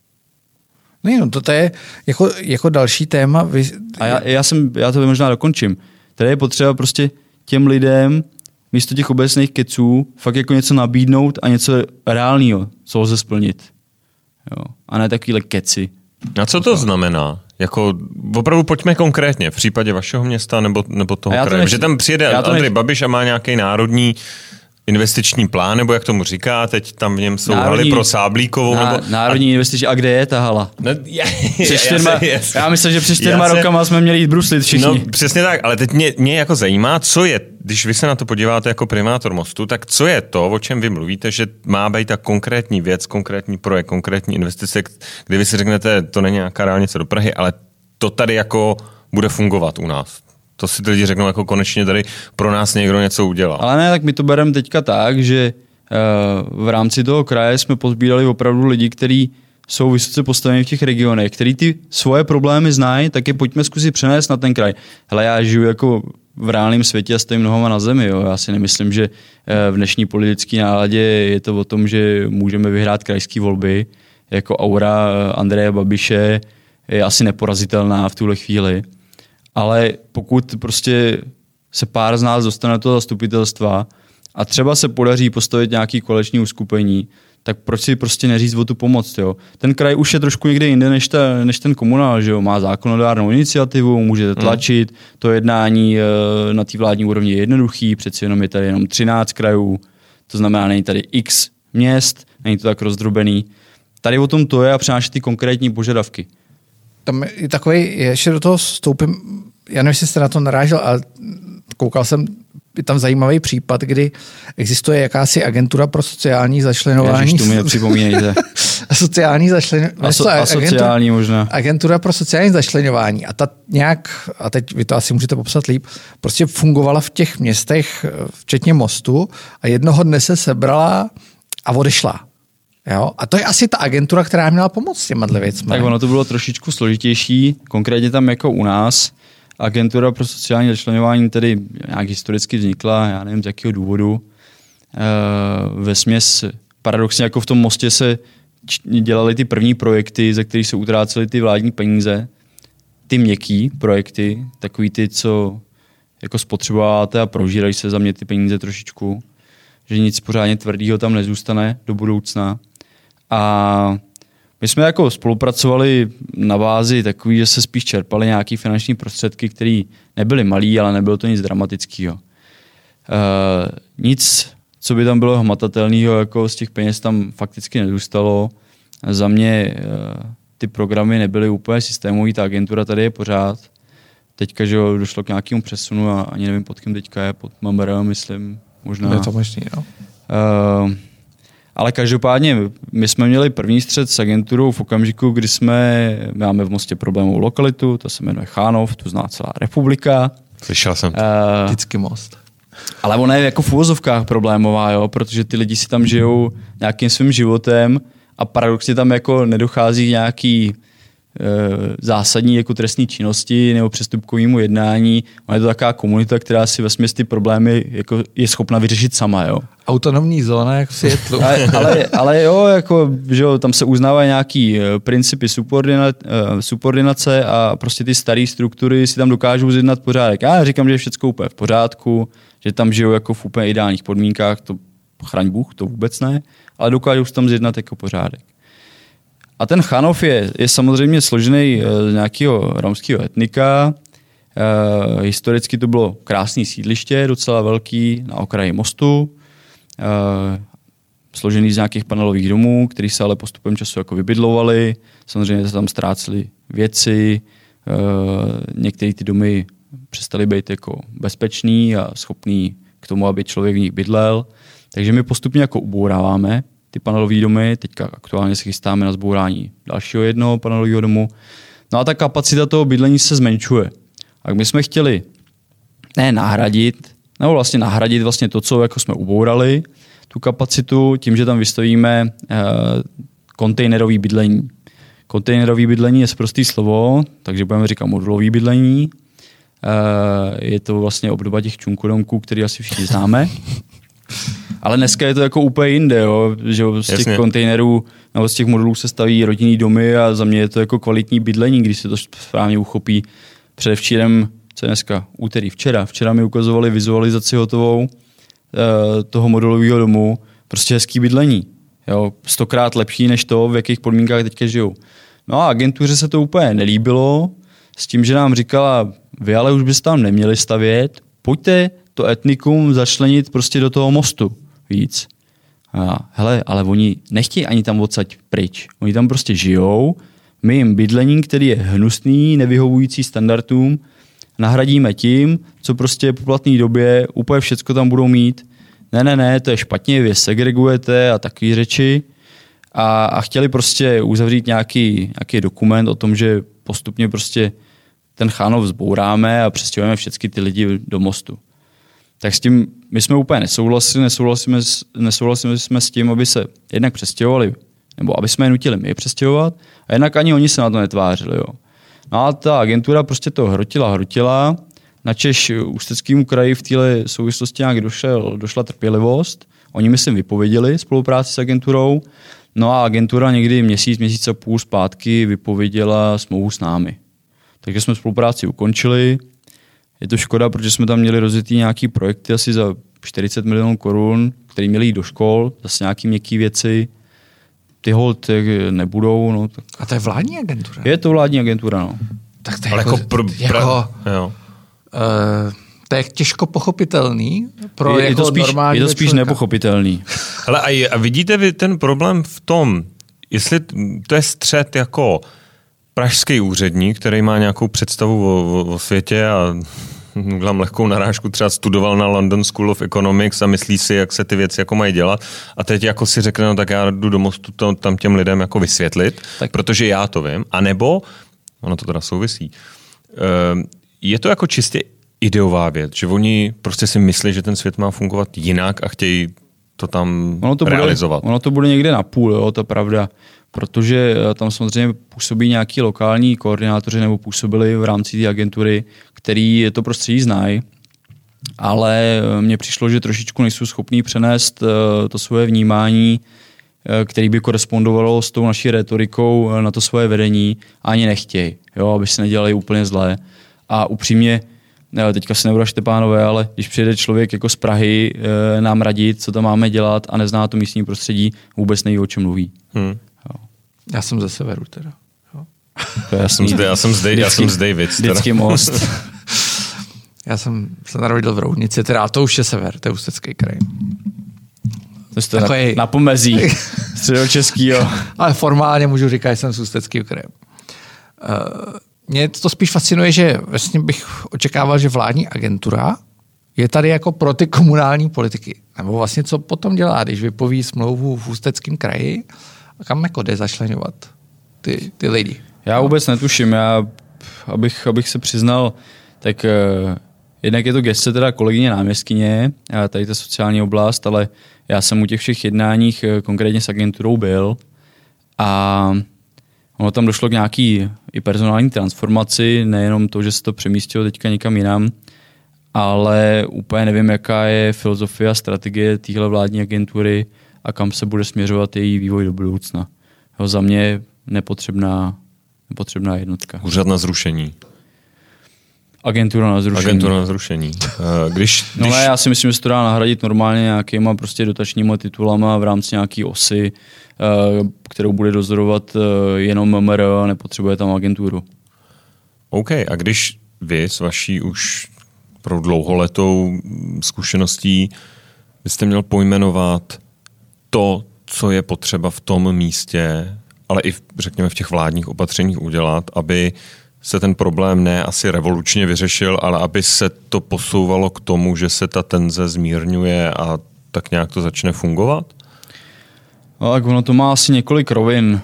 No, no to je jako, jako další téma. Vy... A já, já, jsem, já to možná dokončím. Tady je potřeba prostě těm lidem místo těch obecných keců fakt jako něco nabídnout a něco reálného, co lze splnit. Jo. A ne takovýhle keci. A co to znamená? Jako opravdu pojďme konkrétně v případě vašeho města nebo, nebo toho kraje. Nech... Že tam přijede Andrej nech... Babiš a má nějaký národní investiční plán, nebo jak tomu říká, teď tam v něm jsou národní, haly pro Sáblíkovou. Ná, nebo... Národní a... investiční. A kde je ta hala? No, já, čtyřma, já, já, já myslím, že před čtyřma se... rokama jsme měli jít bruslit všichni. No přesně tak, ale teď mě, mě jako zajímá, co je, když vy se na to podíváte jako primátor Mostu, tak co je to, o čem vy mluvíte, že má být ta konkrétní věc, konkrétní projekt, konkrétní investice, kdy vy si řeknete, to není nějaká dálnice do Prahy, ale to tady jako bude fungovat u nás. To si ty lidi řeknou, jako konečně tady pro nás někdo něco udělal. Ale ne, tak my to bereme teďka tak, že uh, v rámci toho kraje jsme pozbírali opravdu lidi, kteří jsou vysoce postaveni v těch regionech, který ty svoje problémy znají, tak je pojďme zkusit přenést na ten kraj. Hele, já žiju jako v reálném světě a stojím nohama na zemi. Jo. Já si nemyslím, že uh, v dnešní politické náladě je to o tom, že můžeme vyhrát krajské volby. Jako aura uh, Andreje Babiše je asi neporazitelná v tuhle chvíli. Ale pokud prostě se pár z nás dostane do toho zastupitelstva a třeba se podaří postavit nějaký koaliční uskupení, tak proč si prostě neříct o tu pomoc, jo? Ten kraj už je trošku někde jinde než, ta, než ten komunál, že jo? Má zákonodárnou iniciativu, můžete tlačit, hmm. to jednání na té vládní úrovni je jednoduchý, přeci jenom je tady jenom třináct krajů, to znamená, není tady x měst, není to tak rozdrobený. Tady o tom to je a přináší ty konkrétní požadavky. Tam je takový, ještě do toho vstoupím, já nevím, jestli jste na to narážel, ale koukal jsem, je tam zajímavý případ, kdy existuje jakási agentura pro sociální začlenování. Ježiš, tu mi nepřipomínejte. sociální začlenování. Aso, asociální možná. Agentura pro sociální začlenování. A ta nějak, a teď vy to asi můžete popsat líp, prostě fungovala v těch městech, včetně Mostu, a jednoho dne se sebrala a odešla. Jo? A to je asi ta agentura, která měla pomoct s těma věcmi. Tak ono to bylo trošičku složitější, konkrétně tam jako u nás. Agentura pro sociální začleňování tedy nějak historicky vznikla, já nevím z jakého důvodu. E, vesměs paradoxně jako v tom Mostě se dělaly ty první projekty, ze kterých se utrácely ty vládní peníze. Ty měkký projekty, takový ty, co jako spotřebováváte a prožírají se za mě ty peníze trošičku. Že nic pořádně tvrdýho tam nezůstane do budoucna. A my jsme jako spolupracovali na bázi takový, že se spíš čerpaly nějaké finanční prostředky, které nebyly malý, ale nebylo to nic dramatického. Uh, nic, co by tam bylo hmatatelného, jako z těch peněz tam fakticky nezůstalo. Za mě uh, ty programy nebyly úplně systémový, ta agentura tady je pořád. Teďka, že došlo k nějakému přesunu a ani nevím, pod kým teďka je, pod M M R, myslím, možná. Je to možný, no. Uh, ale každopádně my jsme měli první střet s agenturou v okamžiku, kdy jsme, máme v Mostě problémovou lokalitu, to se jmenuje Chánov, tu zná celá republika. Slyšel jsem to. Uh, Vždycky Most. Ale ona je jako v uvozovkách problémová, jo, protože ty lidi si tam žijou nějakým svým životem a paradoxně tam jako nedochází nějaký zásadní jako trestní činnosti nebo přestupkovému jednání. Ona je to taková komunita, která si vesměs ty problémy jako je schopna vyřešit sama. Jo. Autonomní zóna, jak v Seattlu. ale, ale, ale jo, jako, že jo, tam se uznávají nějaký principy subordina, subordinace a prostě ty staré struktury si tam dokážou zjednat pořádek. Já říkám, že je všechno úplně v pořádku, že tam žijou jako v úplně ideálních podmínkách, to chraň Bůh, to vůbec ne, ale dokážou si tam zjednat jako pořádek. A ten Chánov je, je samozřejmě složený z nějakého romského etnika. E, historicky to bylo krásné sídliště, docela velký, na okraji Mostu. E, složený z nějakých panelových domů, které se ale postupem času jako vybydlovaly. Samozřejmě se tam ztrácely věci. E, některé ty domy přestaly být jako bezpečný a schopný k tomu, aby člověk v nich bydlel. Takže my postupně jako ubouráváme ty panelové domy. Teďka aktuálně se chystáme na zbourání dalšího jednoho panelového domu. No a ta kapacita toho bydlení se zmenšuje. A my jsme chtěli ne nahradit, nebo vlastně nahradit vlastně to, co jako jsme ubourali, tu kapacitu, tím, že tam vystavíme eh, kontejnerové bydlení. Kontejnerové bydlení je sprostý slovo, takže budeme říkat modulové bydlení. Eh, je to vlastně obdoba těch čunkodomků, který asi všichni známe. Ale dneska je to jako úplně jinde, jo? Že z těch Jasně. kontejnerů nebo z těch modulů se staví rodinný domy a za mě je to jako kvalitní bydlení, když se to správně uchopí. Předevčírem, co je dneska, úterý, včera, včera mi ukazovali vizualizaci hotovou eh, toho modulového domu, prostě hezký bydlení. Jo? Stokrát lepší než to, v jakých podmínkách teďka žijou. No a agentuře se to úplně nelíbilo, s tím, že nám říkala, vy ale už byste tam neměli stavět, pojďte to etnikum začlenit prostě do toho Mostu víc. A, hele, ale oni nechtějí ani tam odsaď pryč. Oni tam prostě žijou, my jim bydlení, který je hnusný, nevyhovující standardům, nahradíme tím, co prostě po platné době úplně všecko tam budou mít. Ne, ne, ne, to je špatně, vy segregujete a takové řeči. A, a chtěli prostě uzavřít nějaký, nějaký dokument o tom, že postupně prostě ten Chánov zbouráme a přestěhujeme všechny ty lidi do Mostu. Tak s tím my jsme úplně nesouhlasili, nesouhlasíme, nesouhlasili jsme s tím, aby se jednak přestěhovali, nebo aby jsme je nutili my přestěhovat, a jednak ani oni se na to netvářili. Jo. No a ta agentura prostě to hrotila, hrotila, načež Ústeckému kraji v téhle souvislosti nějak došel, došla trpělivost, oni myslím vypověděli spolupráci s agenturou, no a agentura někdy měsíc, měsíc a půl zpátky vypověděla smlouvu s námi. Takže jsme spolupráci ukončili. Je to škoda, protože jsme tam měli rozjetý nějaký projekty asi za čtyřicet milionů korun, které měly jít do škol, zase nějaký měkký věci. Ty holt nebudou. No, tak... A to je vládní agentura? Je to vládní agentura, no. Tak to je Ale jako, jako, pr- jako pr- jo. Uh, to je těžko pochopitelný pro je, jako je to spíš, normální je to spíš člověka. nepochopitelný. Hele, a, a vidíte vy ten problém v tom, jestli to je střet jako pražský úředník, který má nějakou představu o, o, o světě a udělám lehkou narážku, třeba studoval na London School of Economics a myslí si, jak se ty věci jako mají dělat. A teď jako si řekne, no tak já jdu do Mostu to, tam těm lidem jako vysvětlit, tak. Protože já to vím. A nebo, ono to teda souvisí, je to jako čistě ideová věc, že oni prostě si myslí, že ten svět má fungovat jinak a chtějí to tam ono to realizovat. Bude, ono to bude někde na půl, jo, to je pravda. Protože tam samozřejmě působí nějaký lokální koordinátoři nebo působili v rámci té agentury, který to prostředí znají, ale mně přišlo, že trošičku nejsou schopní přenést to svoje vnímání, který by korespondovalo s tou naší retorikou na to svoje vedení, a ani nechtějí, jo, aby si nedělali úplně zlé. A upřímně, teďka se nebudu Štěpánové, ale když přijede člověk jako z Prahy nám radit, co tam máme dělat a nezná to místní prostředí, vůbec neví, o čem mluví. Hmm. Já jsem ze severu teda. Jo. To je jasný. Já jsem z Davids. Já jsem z Davids. Vždycky Most. Já jsem se narodil v Roudnici, teda to už je sever, to je Ústecký kraj. To jste na, na pomezí středočeskýho. Ale formálně můžu říkat, že jsem z Ústeckého kraje. Uh, mě to spíš fascinuje, že vlastně bych očekával, že vládní agentura je tady jako pro ty komunální politiky. Nebo vlastně co potom dělá, když vypoví smlouvu v Ústeckém kraji, a kam jako jde začleňovat ty, ty lidi? Já vůbec netuším. Já, abych, abych se přiznal, tak eh, jednak je to gesce teda kolegyně náměstkyně, tady ta sociální oblast, ale já jsem u těch všech jednáních eh, konkrétně s agenturou byl a ono tam došlo k nějaký i personální transformaci, nejenom to, že se to přemístilo teďka někam jinam, ale úplně nevím, jaká je filozofie a strategie téhle vládní agentury a kam se bude směřovat její vývoj do budoucna. Jo, za mě nepotřebná, nepotřebná jednotka. Úřad na zrušení. Agentura na zrušení. Agentura na zrušení. Když, když... No ne, já si myslím, že se to dá nahradit normálně nějakýma prostě dotačníma titulama v rámci nějaký osy, kterou bude dozorovat jenom M M R a nepotřebuje tam agenturu. OK, a když vy s vaší už pro dlouholetou zkušeností byste měl pojmenovat to, co je potřeba v tom místě, ale i řekněme v těch vládních opatřeních udělat, aby se ten problém ne asi revolučně vyřešil, ale aby se to posouvalo k tomu, že se ta tenze zmírňuje a tak nějak to začne fungovat? No, tak ono to má asi několik rovin.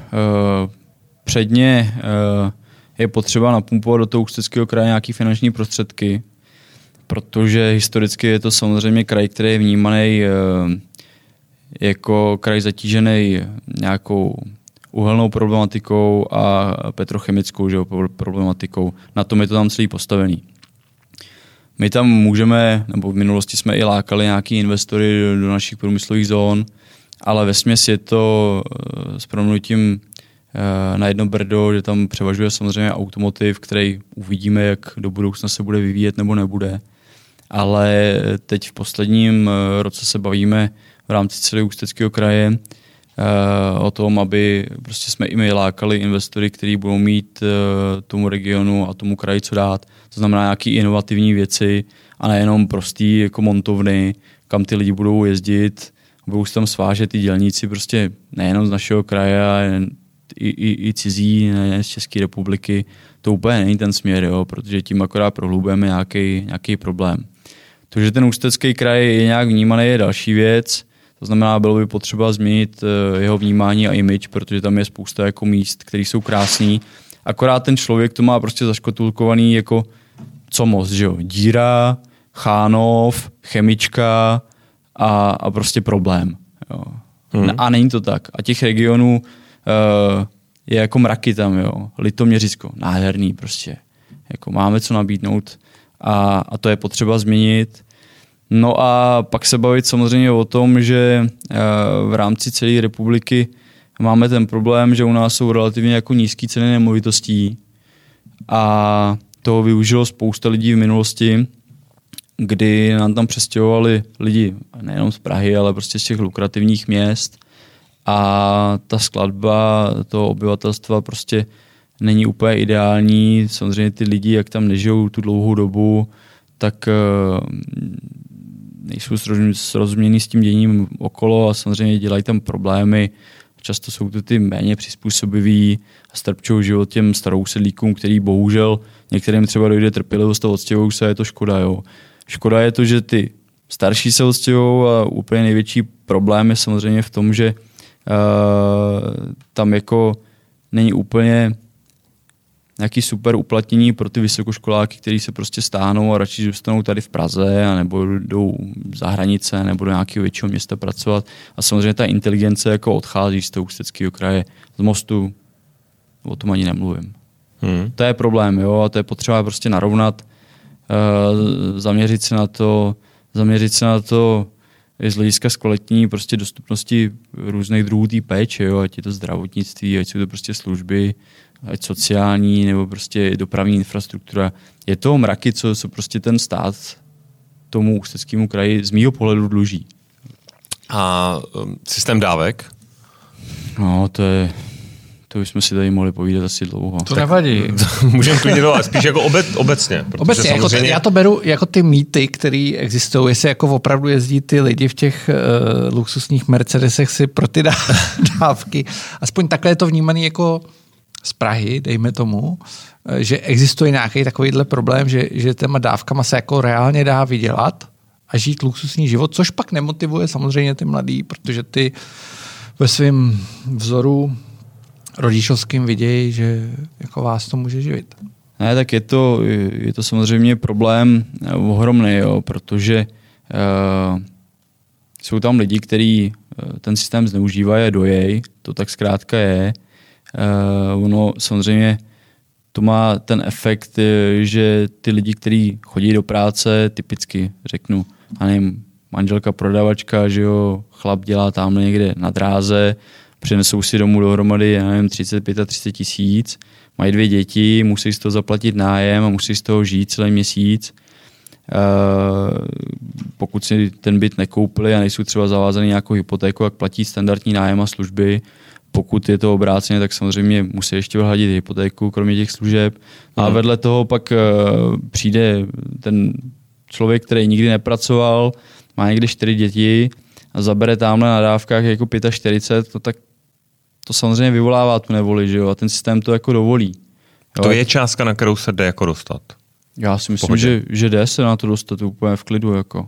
Předně je potřeba napumpovat do toho Ústeckého kraje nějaké finanční prostředky, protože historicky je to samozřejmě kraj, který je vnímaný jako kraj zatížený nějakou uhelnou problematikou a petrochemickou, že jo, problematikou. Na tom je to tam celý postavený. My tam můžeme, nebo v minulosti jsme i lákali nějaký investory do našich průmyslových zón, ale vesměs je to s prominutím na jedno brdo, že tam převažuje samozřejmě automotiv, který uvidíme, jak do budoucna se bude vyvíjet nebo nebude. Ale teď v posledním roce se bavíme v rámci celého Ústeckého kraje o tom, aby prostě jsme i my lákali investory, kteří budou mít tomu regionu a tomu kraji co dát. To znamená nějaké inovativní věci a nejenom prostý jako montovny, kam ty lidi budou jezdit, budou se tam svážet ty dělníci prostě nejenom z našeho kraje, ale i, i, i cizí, ne z České republiky. To úplně není ten směr, jo, protože tím akorát prohlubujeme nějaký, nějaký problém. To, že ten Ústecký kraj je nějak vnímaný, je další věc. To znamená, bylo by potřeba změnit jeho vnímání a image, protože tam je spousta jako míst, které jsou krásný. Akorát ten člověk to má prostě zaškotulkovaný jako co moc, že jo? Díra, Chánov, chemička a, a prostě problém. Jo. Hmm. A není to tak. A těch regionů uh, je jako mraky tam, jo. Litoměřicko, nádherný prostě. Jako máme co nabídnout a, a to je potřeba změnit. No a pak se bavit samozřejmě o tom, že v rámci celé republiky máme ten problém, že u nás jsou relativně jako nízké ceny nemovitostí a toho využilo spousta lidí v minulosti, kdy nám tam přestěhovali lidi nejenom z Prahy, ale prostě z těch lukrativních měst a ta skladba toho obyvatelstva prostě není úplně ideální. Samozřejmě ty lidi, jak tam nežijou tu dlouhou dobu, tak nejsou srozumění s tím děním okolo a samozřejmě dělají tam problémy, Často jsou to ty méně přizpůsobiví a strpčou život těm starousedlíkům, který bohužel některým třeba dojde trpělivost a odstěhujou se, je to škoda. Jo. Škoda je to, že ty starší se odstěhují a úplně největší problém je samozřejmě v tom, že uh, tam jako není úplně nějaký super uplatnění pro ty vysokoškoláky, kteří se prostě stáhnou a radši zůstanou tady v Praze a nebo jdou za hranice nebo do nějakého většího města pracovat. A samozřejmě ta inteligence jako odchází z toho Ústeckého kraje, z Mostu, o tom ani nemluvím. Hmm. To je problém, jo, a to je potřeba prostě narovnat, uh, zaměřit se na to, zaměřit se na to i z hlediska zkvalitnění prostě dostupnosti různých druhů té péče, jo, ať je to zdravotnictví, ať jsou to prostě služby, ať sociální nebo prostě dopravní infrastruktura. Je to mraky, co, co prostě ten stát tomu Ústeckému kraji z mýho pohledu dluží. A um, systém dávek? No, to je... To bychom si tady mohli povídat asi dlouho. To nevadí. Můžeme klidně dovolat, spíš jako obec, obecně. Obecně, samozřejmě... jako t, já to beru jako ty mýty, které existují, jestli jako opravdu jezdí ty lidi v těch uh, luxusních Mercedesech si pro ty dávky. Aspoň takhle je to vnímaný jako z Prahy, dejme tomu, že existuje nějaký takovýhle problém, že, že těma dávkama se jako reálně dá vydělat a žít luxusní život, což pak nemotivuje samozřejmě ty mladý, protože ty ve svém vzoru rodičovským vidějí, že jako vás to může živit. Ne, tak je to, je to samozřejmě problém ohromný, jo, protože uh, jsou tam lidi, kteří uh, ten systém zneužívají a dojej, to tak zkrátka je. Uh, ono samozřejmě to má ten efekt, že ty lidi, kteří chodí do práce, typicky řeknu, a nevím, manželka prodavačka, že jo, chlap dělá tamhle někde na dráze, přinesou si domů dohromady, já nevím, třicet pět a třicet tisíc, mají dvě děti, musí z toho zaplatit nájem a musí z toho žít celý měsíc. Uh, pokud si ten byt nekoupili a nejsou třeba zavázaný nějakou hypotéku, jak platí standardní nájem a služby. Pokud je to obráceně, tak samozřejmě musí ještě vyhladit hypotéku, kromě těch služeb. A hmm. vedle toho pak uh, přijde ten člověk, který nikdy nepracoval, má někde čtyři děti a zabere tamhle na dávkách jako čtyřicet pět, to tak to samozřejmě vyvolává tu nevoli, že jo? A ten systém to jako dovolí. Jo? To je částka, na kterou se jde jako dostat. Já si myslím, že, že jde se na to dostat úplně v klidu. Jako.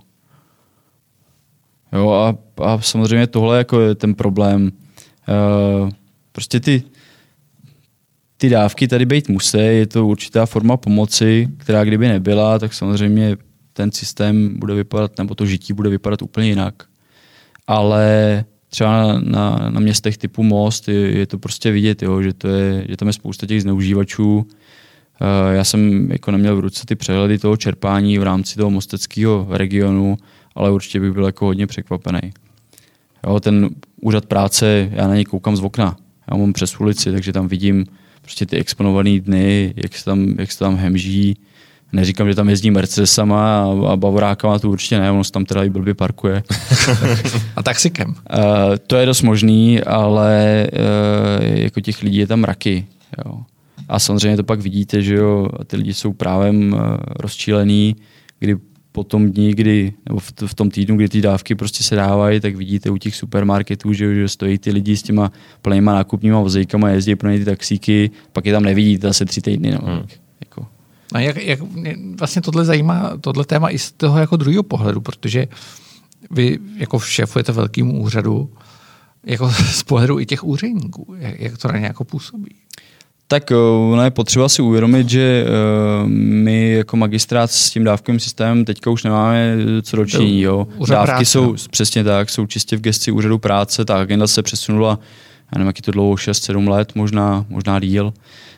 Jo, a, a samozřejmě tohle jako je ten problém. Uh, prostě ty, ty dávky tady být musí, je to určitá forma pomoci, která kdyby nebyla, tak samozřejmě ten systém bude vypadat, nebo to žití bude vypadat úplně jinak. Ale třeba na, na, na městech typu Most je, je to prostě vidět, jo, že, to je, že tam je spousta těch zneužívačů. Uh, já jsem jako neměl v ruce ty přehledy toho čerpání v rámci toho mosteckého regionu, ale určitě bych byl jako hodně překvapený. Jo, ten úřad práce, já na něj koukám z okna. Já mám přes ulici, takže tam vidím prostě ty exponované dny, jak se tam, jak se tam hemží. Neříkám, že tam jezdí Mercedesama a, a Bavorákama, to určitě ne, ono se tam teda i blbě parkuje. A taxikem. Uh, to je dost možný, ale uh, jako těch lidí je tam mraky. Jo. A samozřejmě to pak vidíte, že jo, ty lidi jsou právem uh, rozčílený, kdy po tom dní, kdy, nebo v, v tom týdnu, kdy ty dávky prostě se dávají, tak vidíte u těch supermarketů, že, že stojí ty lidi s těma plnýma nákupníma vozejkama, jezdí pro ně ty taxíky, pak je tam nevidíte zase tři týdny. No. Hmm. Jako. A jak, jak vlastně tohle zajímá, tohle téma i z toho jako druhého pohledu, protože vy jako šéfujete velkému úřadu, jako z pohledu i těch úředníků, jak, jak to na ně jako působí? Tak ono je potřeba si uvědomit, že uh, my jako magistrát s tím dávkovým systémem teďka už nemáme co dočinění. Jo. Dávky práce. Jsou přesně tak, jsou čistě v gesci úřadu práce, ta agenda se přesunula, já nevím, jak je to dlouho, šest sedm let, možná, možná díl. Uh,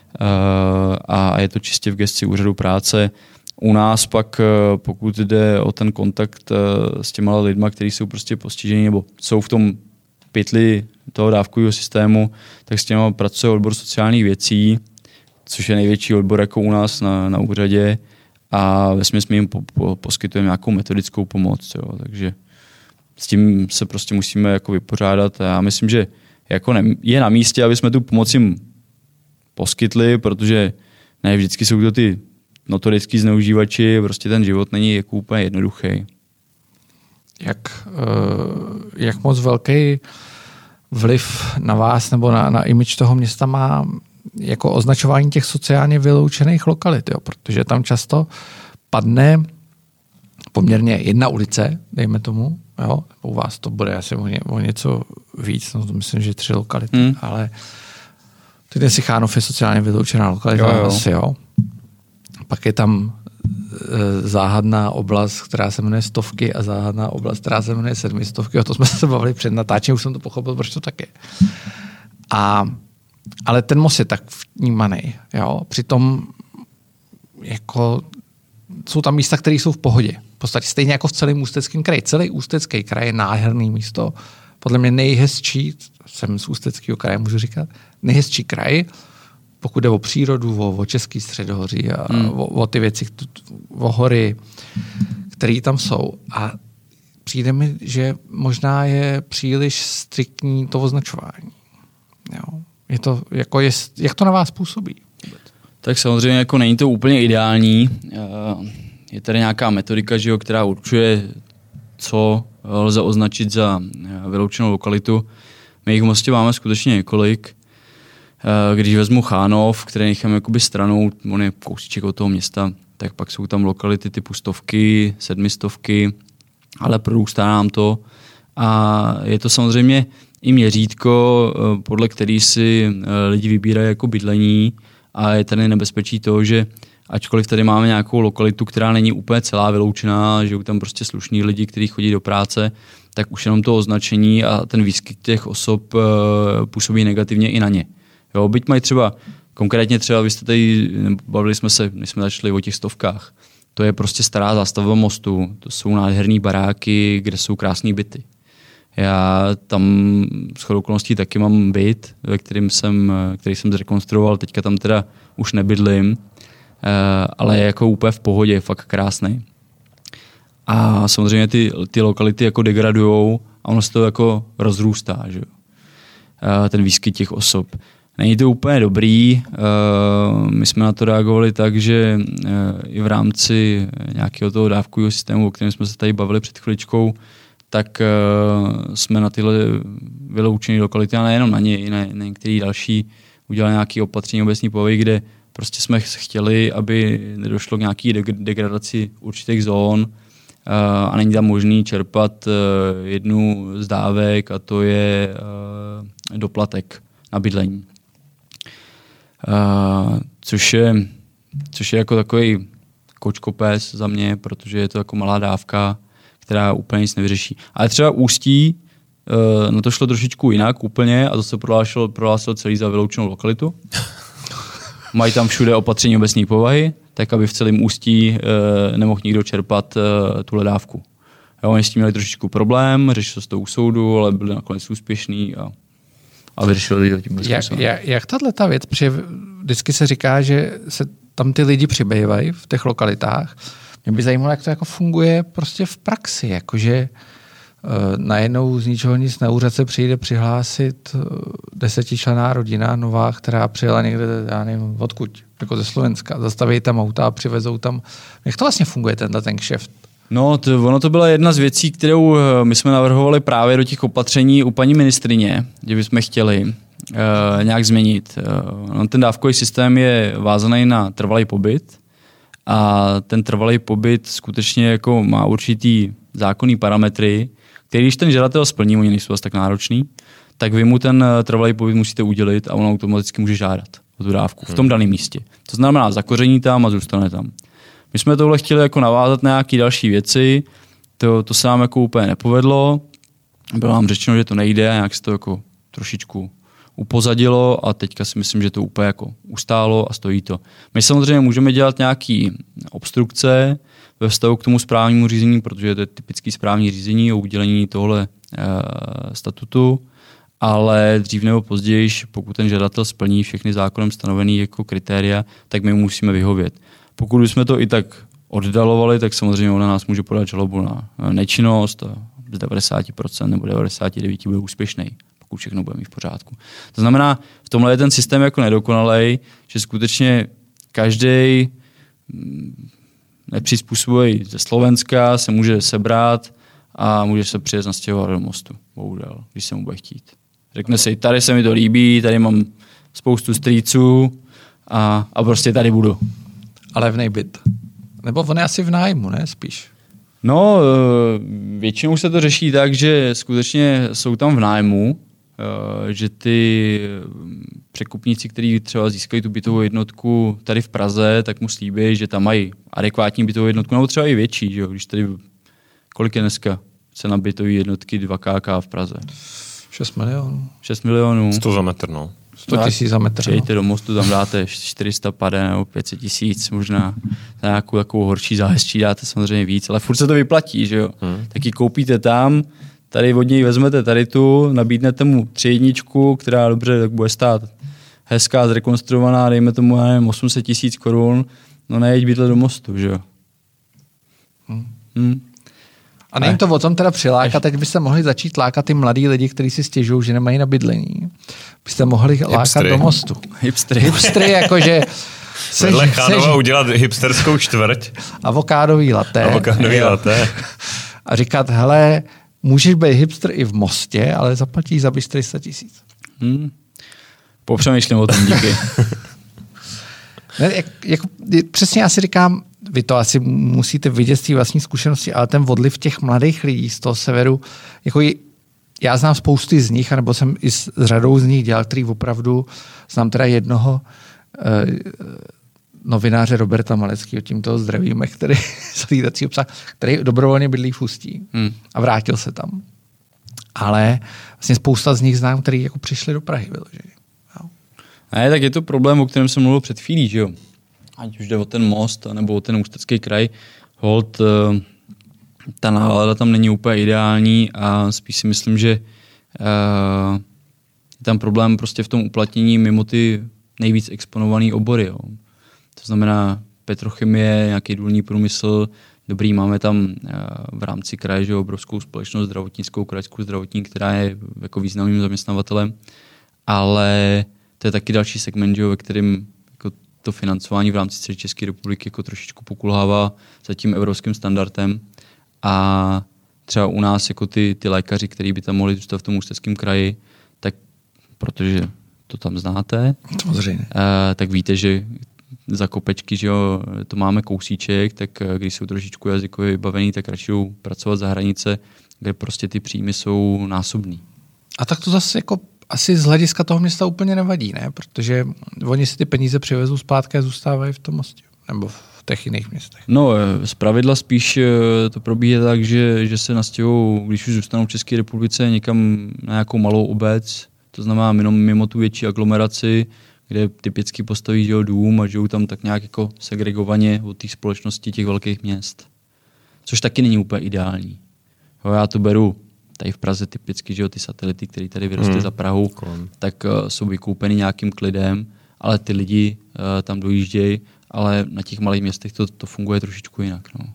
a je to čistě v gesci úřadu práce. U nás pak, uh, pokud jde o ten kontakt uh, s těma lidma, kteří jsou prostě postižení nebo jsou v tom pytli toho dávkového systému, tak s těma pracuje odbor sociálních věcí, což je největší odbor jako u nás na, na úřadě a vesměs my jim po, po, poskytujeme nějakou metodickou pomoc. Jo. Takže s tím se prostě musíme jako vypořádat a já myslím, že jako ne, je na místě, aby jsme tu pomoc jim poskytli, protože ne vždycky jsou to ty notorický zneužívači, prostě ten život není jako úplně jednoduchý. Jak, jak moc velký vliv na vás nebo na, na image toho města má jako označování těch sociálně vyloučených lokalit, jo, protože tam často padne poměrně jedna ulice, dejme tomu, jo, u vás to bude asi o, ně, o něco víc, no to myslím, že tři lokality, hmm. ale ten Sichánov je sociálně vyloučená lokalita, jo, jo. asi jo. Pak je tam e, záhadná oblast, která se jmenuje Stovky a záhadná oblast, která se jmenuje Sedmistovky. O to jsme se bavili před natáčením, už jsem to pochopil, proč to tak je. A, ale ten most je tak vnímaný. Jo? Přitom jako, jsou tam místa, které jsou v pohodě. V podstatě stejně jako v celém Ústeckém kraji. Celý Ústecký kraj je nádherný místo. Podle mě nejhezčí, jsem z Ústeckého kraje, můžu říkat, nejhezčí kraj, pokud jde o přírodu, o, o Český středohoří a hmm. o, o ty věci, o hory, které tam jsou. A přijde mi, že možná je příliš striktní to označování. Jo. Je to, jako je, jak to na vás působí? Tak samozřejmě jako není to úplně ideální. Je tady nějaká metodika, že jo, která určuje, co lze označit za vyloučenou lokalitu. My jich v Mostě máme skutečně několik. Když vezmu Chánov, který nechám jakoby stranou, on je kousíček od toho města, tak pak jsou tam lokality typu Stovky, Sedmistovky, ale prorůstá nám to. A je to samozřejmě i měřítko, podle který si lidi vybírají jako bydlení, a je tady nebezpečí toho, že ačkoliv tady máme nějakou lokalitu, která není úplně celá vyloučená, že jsou tam prostě slušní lidi, kteří chodí do práce, tak už jenom to označení a ten výskyt těch osob působí negativně i na ně. Jo, byť mají třeba, konkrétně třeba, vy jste tady, bavili jsme se, než jsme začali o těch Stovkách, to je prostě stará zástavba mostu, to jsou nádherný baráky, kde jsou krásné byty. Já tam shodou okolností taky mám byt, ve kterým jsem, který jsem zrekonstruoval, teďka tam teda už nebydlím, ale je jako úplně v pohodě, fakt krásný. A samozřejmě ty, ty lokality jako degradujou a ono se to jako rozrůstá, že jo? Ten výskyt těch osob. Není to úplně dobrý, my jsme na to reagovali tak, že i v rámci nějakého toho dávkového systému, o kterém jsme se tady bavili před chviličkou, tak jsme na tyhle vyloučené lokality, a nejenom na ně, i na, na některé další, udělali nějaké opatření obecní povahy, kde prostě jsme chtěli, aby nedošlo k nějaké degradaci určitých zón a není tam možný čerpat jednu z dávek, a to je doplatek na bydlení. Uh, což, je, což je jako takový kočkopes za mě, protože je to jako malá dávka, která úplně nic nevyřeší. Ale třeba Ústí, uh, no to šlo trošičku jinak úplně a to se prohlásil, prohlásil celý za vyloučenou lokalitu. Mají tam všude opatření obecné povahy, tak aby v celém Ústí uh, nemohl nikdo čerpat uh, tuhle dávku. Jo, oni s tím měli trošičku problém, řešil se to u soudu, ale byli nakonec úspěšní a a vyřešili to tím jak, jak, jak tato věc, protože vždycky se říká, že se tam ty lidi přibývají v těch lokalitách. Mě by zajímalo, jak to jako funguje prostě v praxi, jakože uh, najednou z ničeho nic na úřad se přijde přihlásit uh, desetičlenná rodina nová, která přijela někde, já nevím, odkud, jako ze Slovenska, zastaví tam auta a přivezou tam. Jak to vlastně funguje tenhle ten kšeft? No, to, ono to byla jedna z věcí, kterou my jsme navrhovali právě do těch opatření u paní ministryně, že bychom chtěli uh, nějak změnit. Uh, no, ten dávkový systém je vázaný na trvalý pobyt a ten trvalý pobyt skutečně jako má určitý zákonný parametry, který když ten žadatel splní, oni nejsou asi tak náročný, tak vy mu ten trvalý pobyt musíte udělit a on automaticky může žádat o tu dávku v tom daném místě. To znamená zakoření tam a zůstane tam. My jsme tohle chtěli jako navázat na nějaké další věci, to, to se nám jako úplně nepovedlo. Bylo nám řečeno, že to nejde a nějak se to jako trošičku upozadilo a teďka si myslím, že to úplně jako ustálo a stojí to. My samozřejmě můžeme dělat nějaké obstrukce ve vztahu k tomu správnímu řízení, protože to je typický správní řízení o udělení tohle e, statutu, ale dřív nebo později, pokud ten žadatel splní všechny zákonem stanovené jako kritéria, tak my musíme vyhovět. Pokud bychom to i tak oddalovali, tak samozřejmě ona nás může podat žalobu na nečinnost a z devadesát procent nebo devadesát devět procent bude úspěšný, pokud všechno bude mít v pořádku. To znamená, v tomhle je ten systém jako nedokonalej, že skutečně každý nepřizpůsobivý ze Slovenska se může sebrat a může se přijet nastěhovat do Mostu, bohužel, když se mu bude chtít. Řekne si, tady se mi to líbí, tady mám spoustu strýců a, a prostě tady budu. Ale v nejbyt. Nebo on je asi v nájmu, ne? Spíš. No, většinou se to řeší tak, že skutečně jsou tam v nájmu, že ty překupníci, kteří třeba získají tu bytovou jednotku tady v Praze, tak mu slíbí, že tam mají adekvátní bytovou jednotku, nebo třeba i větší, že jo? Když tady, kolik je dneska cena bytové jednotky dva ká ká v Praze? šest milionů. šest milionů. sto za metr, no. sto tisíc za metr. Přijďte do Mostu, tam dáte čtyři sta pade nebo pět set tisíc, možná na nějakou takovou horší záhezčí dáte samozřejmě víc, ale furt se to vyplatí, že jo. Hmm. Tak ji koupíte tam, tady od něj vezmete tady tu, nabídnete mu tři jedničku, která dobře tak bude stát hezká, zrekonstruovaná, dejme tomu, nevím, osm set tisíc korun, no nejeď bydlet do Mostu, že jo. Hmm. Hmm. A není to o tom teda přilákat, teď byste mohli začít lákat ty mladý lidi, kteří si stěžují, že nemají na bydlení. Byste mohli lákat Hipstry. Do Mostu. Hipstry. Hipstry, jakože... Vedle Chánova udělat hipsterskou čtvrť. Avokádový latte. Avokádový latte. A říkat, hele, můžeš být hipster i v Mostě, ale zaplatíš za bys tři sta tisíc. Hmm. Popřemýšlím o tom, díky. Ne, jak, jako, přesně já si říkám, vy to asi musíte vidět z té vlastní zkušenosti, ale ten odliv těch mladých lidí z toho severu, jako já znám spousty z nich, anebo jsem i s řadou z nich dělal, který opravdu, znám teda jednoho eh, novináře Roberta Maleckého, tím toho zdravíme, který, který dobrovolně bydlí v Ústí hmm. a vrátil se tam. Ale vlastně spousta z nich znám, který jako přišli do Prahy vyloženě. Ne, tak je to problém, o kterém jsem mluvil před chvílí, že jo. Ať už jde o ten Most, nebo o ten Ústecký kraj, hold, ta nálada tam není úplně ideální a spíš si myslím, že uh, je tam problém prostě v tom uplatnění mimo ty nejvíc exponované obory. Jo. To znamená petrochemie, nějaký důlní průmysl, dobrý, máme tam uh, v rámci kraje, že jo, obrovskou společnost zdravotnickou, krajskou zdravotní, která je jako významným zaměstnavatelem, ale to je taky další segment, že jo, ve kterém jako to financování v rámci celé České republiky jako trošičku pokulhává za tím evropským standardem. A třeba u nás jako ty, ty lékaři, kteří by tam mohli zůstat v tom Ústeckém kraji, tak protože to tam znáte, samozřejmě. Eh, tak víte, že za kopečky, že jo, to máme kousíček, tak když jsou trošičku jazykově vybavený, tak radši jdou pracovat za hranice, kde prostě ty příjmy jsou násobný. A tak to zase jako asi z hlediska toho města úplně nevadí, ne? Protože oni si ty peníze přivezou zpátky a zůstávají v tom Mostě. Nebo v těch jiných městech. No, zpravidla spíš to probíhá tak, že, že se nastěhují, když už zůstanou v České republice, někam na nějakou malou obec, to znamená mimo, mimo tu větší aglomeraci, kde typicky postaví žijou dům a žijou tam tak nějak jako segregovaně od těch společností těch velkých měst. Což taky není úplně ideální. Jo, já to beru tady v Praze typicky, že jo, ty satelity, které tady vyrostly hmm. za Prahu, Kolem. tak uh, jsou vykoupeny nějakým klidem, ale ty lidi uh, tam dojíždějí, ale na těch malých městech to, to funguje trošičku jinak. No.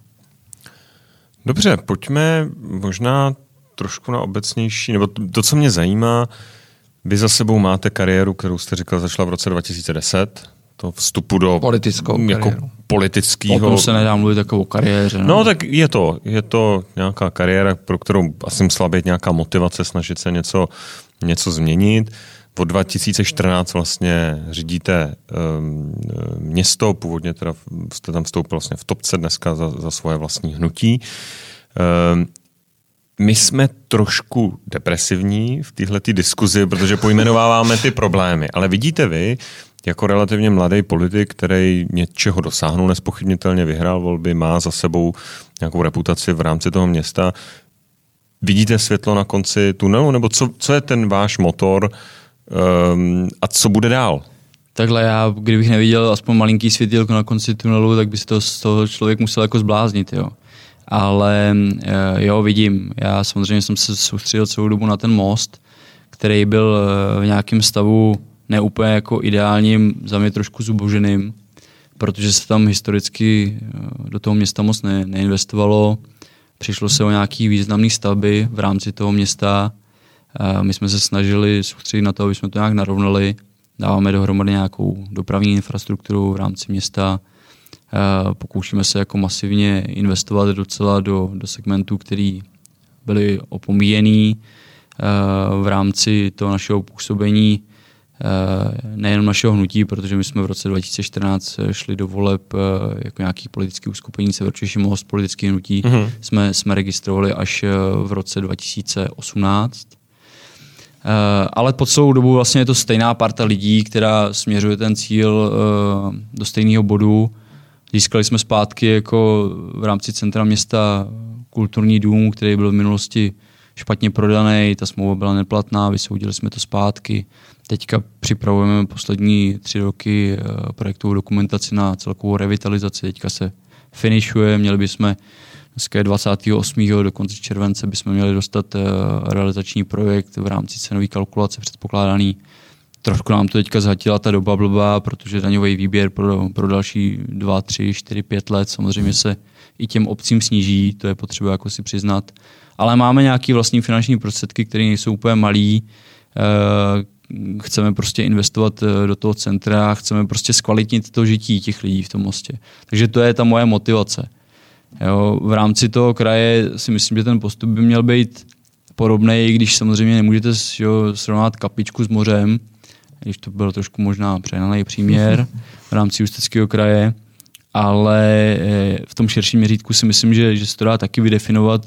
Dobře, pojďme možná trošku na obecnější, nebo to, to, co mě zajímá, vy za sebou máte kariéru, kterou jste říkal, začala v roce dva tisíce deset, to vstupu do politickou jako kariéru. Politického... O tom se nedá mluvit jako o kariéře. No. no tak je to, je to nějaká kariéra, pro kterou asi musela být nějaká motivace snažit se něco, něco změnit. Od dva tisíce čtrnáct vlastně řídíte um, město, původně teda jste tam vstoupil vlastně v topce dneska za, za svoje vlastní hnutí. Um, my jsme trošku depresivní v téhletý diskuzi, protože pojmenováváme ty problémy, ale vidíte vy, jako relativně mladý politik, který něčeho dosáhnul, nezpochybnitelně vyhrál volby, má za sebou nějakou reputaci v rámci toho města. Vidíte světlo na konci tunelu? Nebo co, co je ten váš motor um, a co bude dál? Takhle já, kdybych neviděl aspoň malinký světýlko na konci tunelu, tak by se to z toho člověk musel jako zbláznit, jo. Ale jo, vidím. Já samozřejmě jsem se soustředil celou dobu na ten most, který byl v nějakém stavu neúplně jako ideálním, za mě trošku zuboženým, protože se tam historicky do toho města moc ne, neinvestovalo. Přišlo se o nějaký významné stavby v rámci toho města. My jsme se snažili soustředit na to, aby jsme to nějak narovnali. Dáváme dohromady nějakou dopravní infrastrukturu v rámci města. Pokoušíme se jako masivně investovat docela do, do segmentů, který byly opomíjený. v rámci toho našeho působení, nejenom našeho hnutí, protože my jsme v roce dva tisíce čtrnáct šli do voleb jako nějaký politický uskupení Severočeší most politických hnutí, mm-hmm. jsme, jsme registrovali až v roce dva tisíce osmnáct. Ale po celou dobu vlastně je to stejná parta lidí, která směřuje ten cíl do stejného bodu. Získali jsme zpátky jako v rámci centra města kulturní dům, který byl v minulosti špatně prodaný, ta smlouva byla neplatná, vysoudili jsme to zpátky. Teďka připravujeme poslední tři roky projektovou dokumentaci na celkovou revitalizaci, teďka se finišuje, měli bychom dneska je dvacátého osmého do konce července bychom měli dostat realizační projekt v rámci cenové kalkulace předpokládaný. Trošku nám to teďka zhatila ta doba blbá, protože daňový výběr pro, pro další dva, tři, čtyři, pět let samozřejmě se i těm obcím sníží, to je potřeba jako si přiznat. Ale máme nějaké vlastní finanční prostředky, které nejsou úplně malý. Chceme prostě investovat do toho centra, chceme prostě zkvalitnit to žití těch lidí v tom Mostě. Takže to je ta moje motivace. Jo, v rámci toho kraje si myslím, že ten postup by měl být podobný, i když samozřejmě nemůžete jo, srovnat kapičku s mořem, když to byl trošku možná přehnaný příměr v rámci Ústeckého kraje, ale v tom širším měřítku si myslím, že, že se to dá taky vydefinovat,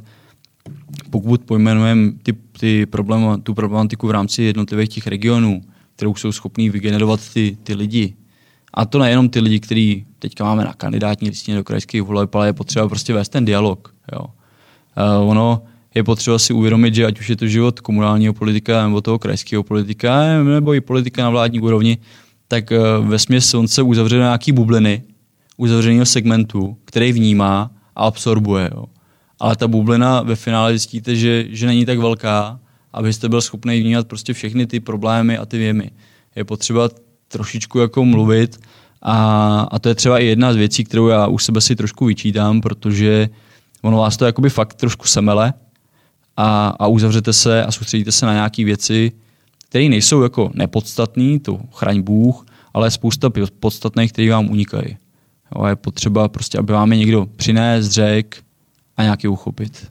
pokud pojmenujeme ty, ty problém, tu problematiku v rámci jednotlivých těch regionů, kterou jsou schopní vygenerovat ty, ty lidi. A to nejenom ty lidi, kteří teďka máme na kandidátní listině do krajských voleb, ale je potřeba prostě vést ten dialog. Jo. Uh, ono je potřeba si uvědomit, že ať už je to život komunálního politika nebo toho krajského politika, nebo i politika na vládní úrovni, tak uh, vesměs on se uzavře na nějaký bubliny, uzavřeného segmentu, který vnímá a absorbuje. Jo. Ale ta bublina ve finále zjistíte, že, že není tak velká, abyste byl schopný vnímat prostě všechny ty problémy a ty věmy. Je potřeba trošičku jako mluvit a, a to je třeba i jedna z věcí, kterou já u sebe si trošku vyčítám, protože ono vás to jakoby fakt trošku semele a, a uzavřete se a soustředíte se na nějaké věci, které nejsou jako nepodstatné, to chraň Bůh, ale je spousta podstatných, které vám unikají. Jo, je potřeba prostě, aby vám je někdo přinést, řek a nějaký uchopit.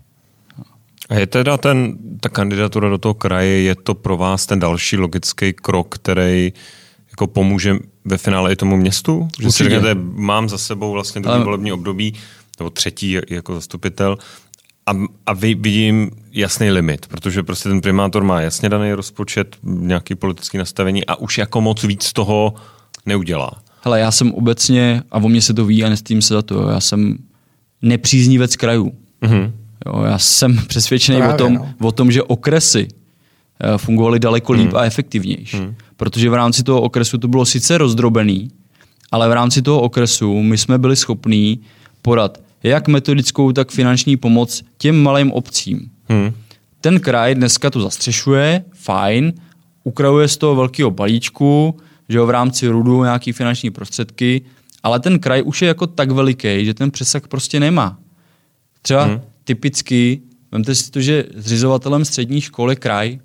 A je teda ten, ta kandidatura do toho kraje, je to pro vás ten další logický krok, který jako pomůže ve finále i tomu městu? Že si řeknete, mám za sebou vlastně druhý Ale... volební období, nebo třetí jako zastupitel a, a vidím jasný limit, protože prostě ten primátor má jasně daný rozpočet, nějaký politický nastavení a už jako moc víc toho neudělá. Hele, já jsem obecně, a o mě se to ví a nestým se za to, já jsem nepříznivec krajů. Mm-hmm. Jo, já jsem přesvědčený Právě, o tom, no. o tom, že okresy fungovaly daleko líp mm. a efektivnější. Mm. Protože v rámci toho okresu to bylo sice rozdrobený, ale v rámci toho okresu my jsme byli schopní podat jak metodickou, tak finanční pomoc těm malým obcím. Mm. Ten kraj dneska to zastřešuje, fajn, ukrajuje z toho velkého balíčku, že jo, v rámci rudu nějaký finanční prostředky, ale ten kraj už je jako tak veliký, že ten přesah prostě nemá. Třeba mm. typicky, vemte si to, že zřizovatelem střední školy je kraj,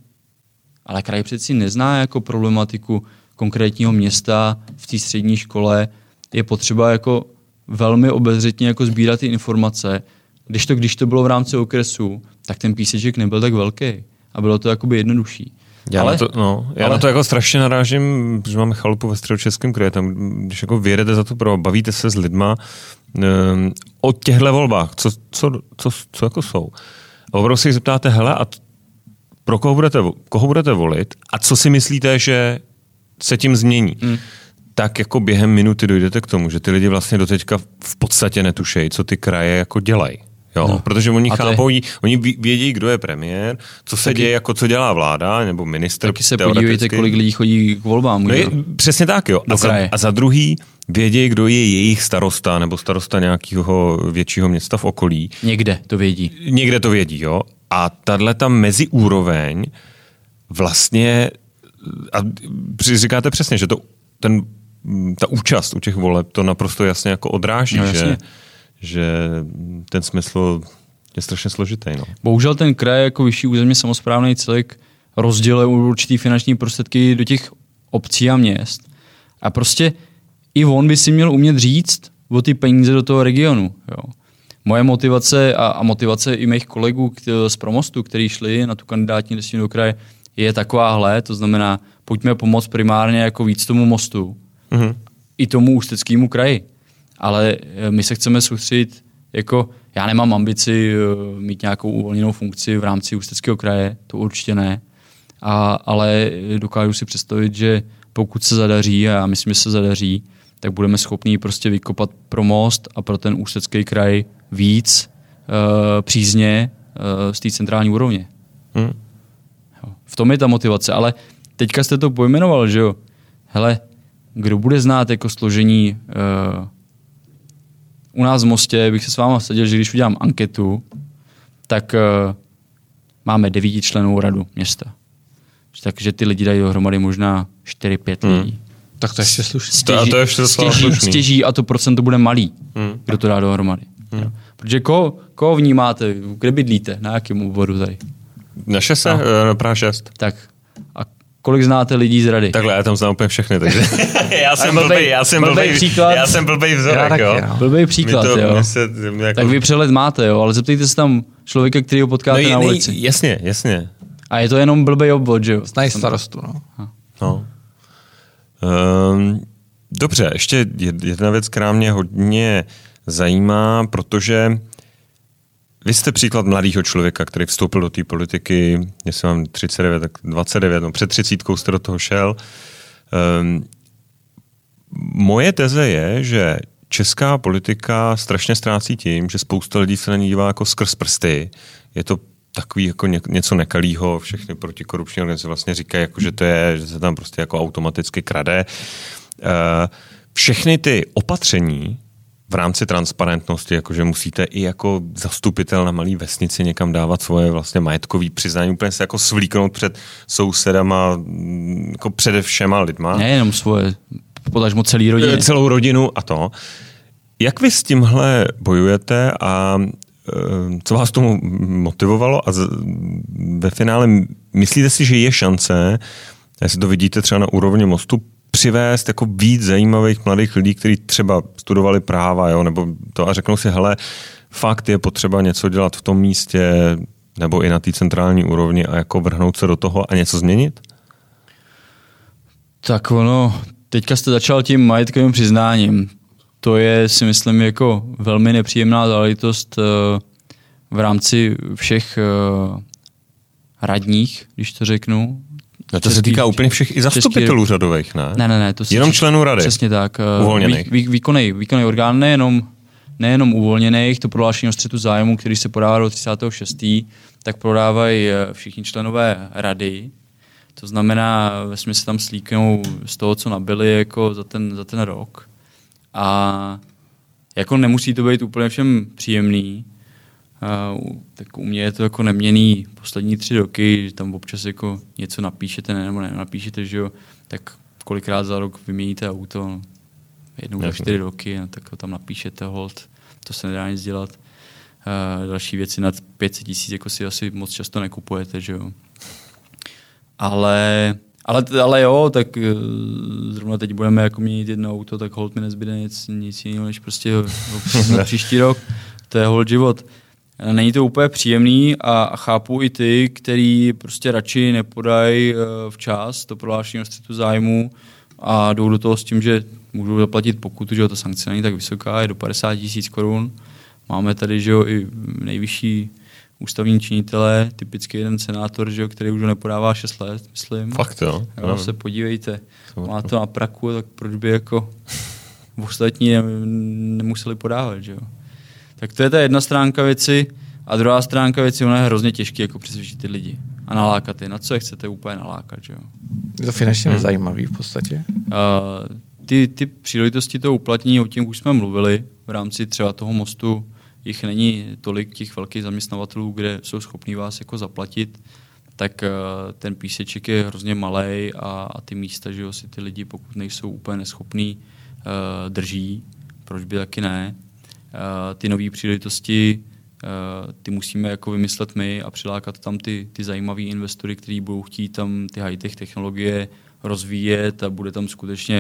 ale kraj přeci nezná jako problematiku konkrétního města v té střední škole. Je potřeba jako velmi obezřetně jako sbírat ty informace. Když to, když to bylo v rámci okresu, tak ten píseček nebyl tak velký a bylo to jakoby jednodušší. Já, ale, na, to, no, já ale... na to jako strašně narážím, protože máme chalupu ve Středočeském kraji. Tam, když jako vyjedete za tu pro, bavíte se s lidma um, o těchto volbách, co, co, co, co jako jsou. A opravdu si zeptáte, hele, a t- pro koho budete, koho budete volit a co si myslíte, že se tím změní? Hmm. Tak jako během minuty dojdete k tomu, že ty lidi vlastně doteďka v podstatě netušejí, co ty kraje jako dělají. Jo, no. Protože oni chápou, je... oni vědí, kdo je premiér, co se taky... děje, jako co dělá vláda, nebo ministr. Taky se podívejte, kolik lidí chodí k volbám. No je, přesně tak, jo. A za, a za druhý vědí, kdo je jejich starosta, nebo starosta nějakého většího města v okolí. Někde to vědí. Někde to vědí, jo. A tahle ta meziúroveň vlastně, a říkáte přesně, že to, ten, ta účast u těch voleb to naprosto jasně jako odráží, no, že že ten smysl je strašně složitý. No. Bohužel ten kraj jako vyšší územně samosprávný celek rozděluje určitý finanční prostředky do těch obcí a měst. A prostě i on by si měl umět říct o ty peníze do toho regionu. Jo. moje motivace a, a motivace i mých kolegů z Promostu, kteří šli na tu kandidátní listinu do kraje, je takováhle, to znamená, pojďme pomoct primárně jako víc tomu mostu, mm-hmm. i tomu ústeckému kraji. Ale my se chceme soustředit, jako já nemám ambici mít nějakou uvolněnou funkci v rámci Ústeckého kraje, to určitě ne, a, ale dokážu si představit, že pokud se zadaří, a já myslím, že se zadaří, tak budeme schopni prostě vykopat pro most a pro ten Ústecký kraj víc uh, přízně uh, z té centrální úrovně. Hmm. V tom je ta motivace, ale teďka jste to pojmenoval, že jo? Hele, kdo bude znát jako složení uh, u nás v Mostě, bych se s váma vsadil, že když udělám anketu, tak uh, máme devítičlennou radu města. Takže ty lidi dají dohromady možná čtyři pět hmm. lidí. Tak to je ještě slušný. Stěží, to je ještě stěží, stěží a to procento bude malý, hmm. kdo to dá dohromady. Hmm. Protože koho, koho vnímáte, kde bydlíte, na jakém obvodu tady? Na šese, no. Na Praha šest. Tak a kolik znáte lidí z rady? Takhle, já tam znám úplně všechny, takže já jsem blbej, já jsem blbej, příklad. Já jsem blbej vzorek, jo. No. Blbej příklad, to, jo. Se, jako... Tak vy přehled máte, jo, ale zeptejte se tam člověka, kterýho potkáte no, na ulici. Nej, jasně, jasně. A je to jenom blbej obvod, že jo? Znají starostu, no. No. Um, dobře, ještě jedna věc, která mě hodně zajímá, protože vy jste příklad mladého člověka, který vstoupil do té politiky, jestli mám třicet devět, tak dvacet devět, no před třicítkou jste do toho šel. Um, moje teze je, že česká politika strašně ztrácí tím, že spousta lidí se na ní dívá jako skrz prsty. Je to takový jako ně, něco nekalýho, všechny protikorupční organizace vlastně říkají, jako, že to je, že se tam prostě jako automaticky krade. Uh, všechny ty opatření v rámci transparentnosti, jakože musíte i jako zastupitel na malý vesnici někam dávat svoje vlastně majetkový přiznání, úplně se jako svlíknout před sousedama, jako před všema lidma. Nejenom svoje, potažmo celý rodinu. Celou rodinu a to. Jak vy s tímhle bojujete a co vás tomu motivovalo a ve finále myslíte si, že je šance, jestli to vidíte třeba na úrovni Mostu, přivést jako víc zajímavých mladých lidí, kteří třeba studovali práva, jo, nebo to a řeknou si, hele, fakt je potřeba něco dělat v tom místě nebo i na té centrální úrovni a jako vrhnout se do toho a něco změnit? Tak ono, teďka jste začal tím majetkovým přiznáním. To je, si myslím, jako velmi nepříjemná záležitost uh, v rámci všech uh, radních, když to řeknu. No to se týká úplně všech i zastupitelů český... řadových, ne? Ne, ne, ne. To jenom členů rady? Přesně tak. Uvolněných? Vý, vý, výkonný, výkonný orgán, nejenom, nejenom uvolněných, to prohlášení o střetu zájmu, který se podává do třicátého šestého tak prodávají všichni členové rady. To znamená, vesmě se tam slíknou z toho, co nabili jako za ten, za ten rok. A jako nemusí to být úplně všem příjemný. Uh, tak u mě je to jako neměný poslední tři roky, že tam občas jako něco napíšete nebo nenapíšete, že jo, tak kolikrát za rok vyměníte auto, no, jednou za čtyři roky, no, tak ho tam napíšete, hold, to se nedá nic dělat. Uh, další věci nad pět set tisíc jako si asi moc často nekupujete, že jo. Ale, ale, ale jo, tak uh, zrovna teď budeme jako měnit jedno auto, tak hold mi nezbyde nic, nic jiného, než prostě ho, ho na příští rok. To je hold život. Není to úplně příjemný a chápu i ty, který prostě radši nepodají včas to prohlášení o střetu zájmu a jdou do toho s tím, že můžou zaplatit pokutu, že ta sankce není tak vysoká, je do padesát tisíc korun. Máme tady, že jo, i nejvyšší ústavní činitelé, typicky jeden senátor, že jo, který už nepodává šest let, myslím. Fakt jo. jo se podívejte, má to na praku, tak proč by jako ostatní nemuseli podávat, že jo. Tak to je ta jedna stránka věci a druhá stránka věci, ona je hrozně těžký jako přesvědčit ty lidi a nalákat je. Na co je chcete úplně nalákat, že jo? Je to finančně nezajímavý v podstatě? Uh, ty, ty příležitosti toho uplatnění, o tím už jsme mluvili, v rámci třeba toho Mostu jich není tolik těch velkých zaměstnavatelů, kde jsou schopní vás jako zaplatit, tak uh, ten píseček je hrozně malej a, a ty místa, že jo, si ty lidi, pokud nejsou úplně neschopní, uh, drží. Proč by taky ne? Uh, ty nové příležitosti, uh, ty musíme jako vymyslet my a přilákat tam ty, ty zajímavý investory, kteří budou chtít tam ty high-tech technologie rozvíjet a bude tam skutečně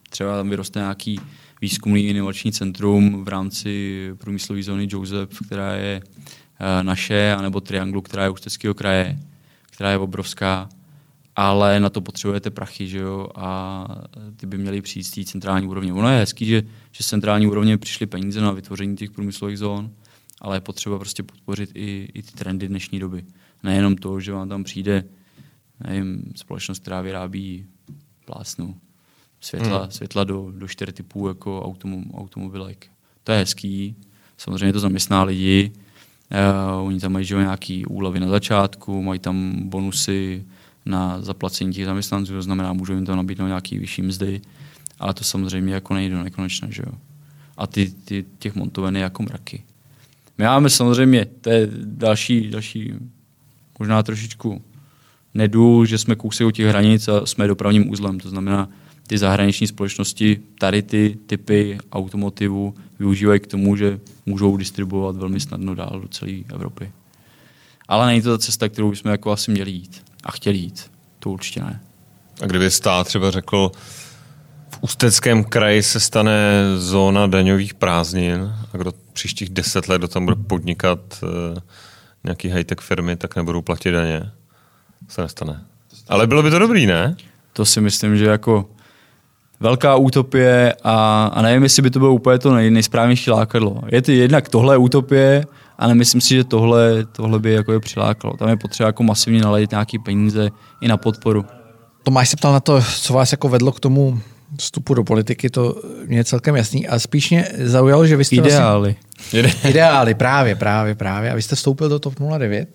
třeba tam vyroste nějaký výzkumný inovační centrum v rámci průmyslové zóny Joseph, která je naše, anebo Trianglu, která je Ústeckého kraje, která je obrovská, ale na to potřebujete prachy, že jo, a ty by měly přijít z té centrální úrovně. Ono je hezký, že, že z centrální úrovně přišly peníze na vytvoření těch průmyslových zón, ale je potřeba prostě podpořit i, i ty trendy dnešní doby. Nejenom to, že vám tam přijde, nevím, společnost, která vyrábí plásnu, světla, hmm. světla do, do čtyř typů jako automo, automobilek. To je hezký, samozřejmě to zaměstná lidi, uh, oni tam mají že, nějaký úlevy na začátku, mají tam bonusy na zaplacení těch zaměstnanců, to znamená, můžou jim tam nabídnout nějaký vyšší mzdy, ale to samozřejmě jako nejde do nekonečna, že jo. A ty, ty, těch montoven je jako mraky. My máme samozřejmě, to je další, další možná trošičku nedůl, že jsme kousek od těch hranic a jsme dopravním uzlem, to znamená, ty zahraniční společnosti tady ty typy automotivu využívají k tomu, že můžou distribuovat velmi snadno dál do celé Evropy. Ale není to ta cesta, kterou bychom jako asi měli jít. A chtěli jít. To určitě ne. A kdyby stát třeba řekl, v Ústeckém kraji se stane zóna daňových prázdnin a kdo příštích deset let, kdo tam bude podnikat e, nějaký high-tech firmy, tak nebudou platit daně. To se nestane. Ale bylo by to dobrý, ne? To si myslím, že jako velká utopie a, a nevím, jestli by to bylo úplně to nej, nejsprávnější lákadlo. Je to jednak tohle utopie, a nemyslím si, že tohle, tohle by jako je přilákalo. Tam je potřeba jako masivně naladit nějaké peníze i na podporu. Tomáš se ptal na to, co vás jako vedlo k tomu vstupu do politiky, to mě je celkem jasný. A spíš mě zaujalo, že vy jste Ideály. Vlastně... Ideály, právě, právě, právě. A vy jste vstoupil do TOP nula devět.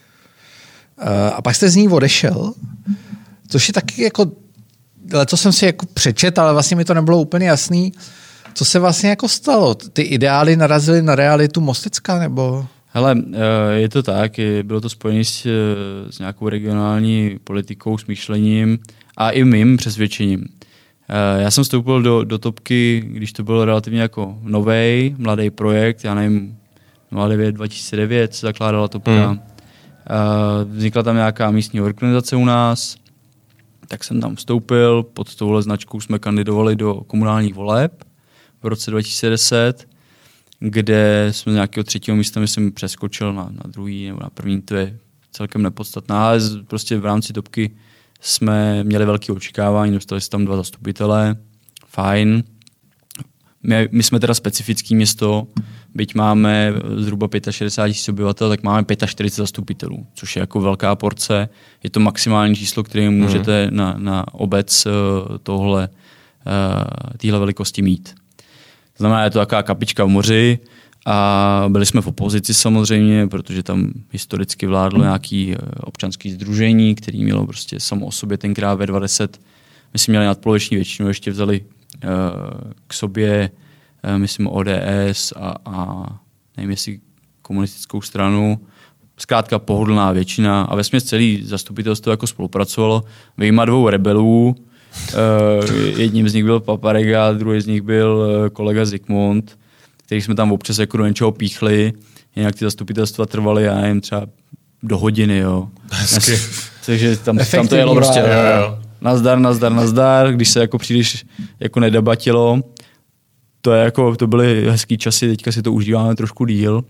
A pak jste z ní odešel, což je taky jako, co jsem si jako přečet, ale vlastně mi to nebylo úplně jasný. Co se vlastně jako stalo? Ty ideály narazily na realitu Mostecka, nebo? Hele, je to tak, bylo to spojené s, s nějakou regionální politikou, smýšlením a i mým přesvědčením. Já jsem vstoupil do, do topky, když to byl relativně jako novej, mladý projekt, já nevím, nula devět dva tisíce devět se zakládala topka. Hmm. Vznikla tam nějaká místní organizace u nás, tak jsem tam vstoupil, pod touhle značkou jsme kandidovali do komunálních voleb v roce dva tisíce deset, kde jsme z nějakého třetího místa, myslím, přeskočil na, na druhý nebo na první, to je celkem nepodstatné, ale prostě v rámci topky jsme měli velké očekávání, dostali se tam dva zastupitelé, fajn. My, my jsme teda specifické město, byť máme zhruba šedesát pět tisíc obyvatel, tak máme čtyřicet pět zastupitelů, což je jako velká porce. Je to maximální číslo, které můžete mm. na, na obec tohle, téhle velikosti mít. To znamená, je to taková kapička v moři a byli jsme v opozici samozřejmě, protože tam historicky vládlo nějaké občanské sdružení, které mělo prostě samo o sobě tenkrát ve dvacet. My jsme měli nadpoloviční většinu, ještě vzali uh, k sobě, uh, myslím, O D S a, a nevím, jestli komunistickou stranu. Zkrátka pohodlná většina a vesměs celý zastupitelstvo jako spolupracovalo. Vyjma dvou rebelů, Uh, jedním z nich byl Paparega, druhý z nich byl uh, kolega Zikmund, který jsme tam občas jako do něčeho píchli, jinak ty zastupitelstva trvaly, já nevím, třeba do hodiny, jo. Takže tam, tam to jelo prostě, jo, jo. nazdar, nazdar, nazdar, když se jako příliš jako nedebatilo, to, je jako, to byly hezký časy, teďka si to užíváme trošku díl,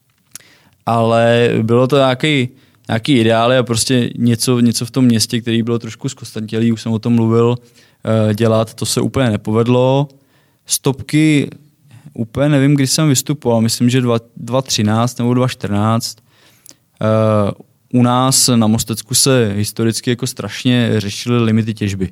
ale bylo to nějaký nějaký ideály a prostě něco, něco v tom městě, který bylo trošku zkostantělý, už jsem o tom mluvil, dělat, to se úplně nepovedlo. Stopky, úplně nevím, kdy jsem vystupoval, myslím, že dva tisíce třináct nebo dva tisíce čtrnáct. U nás na Mostecku se historicky jako strašně řešily limity těžby.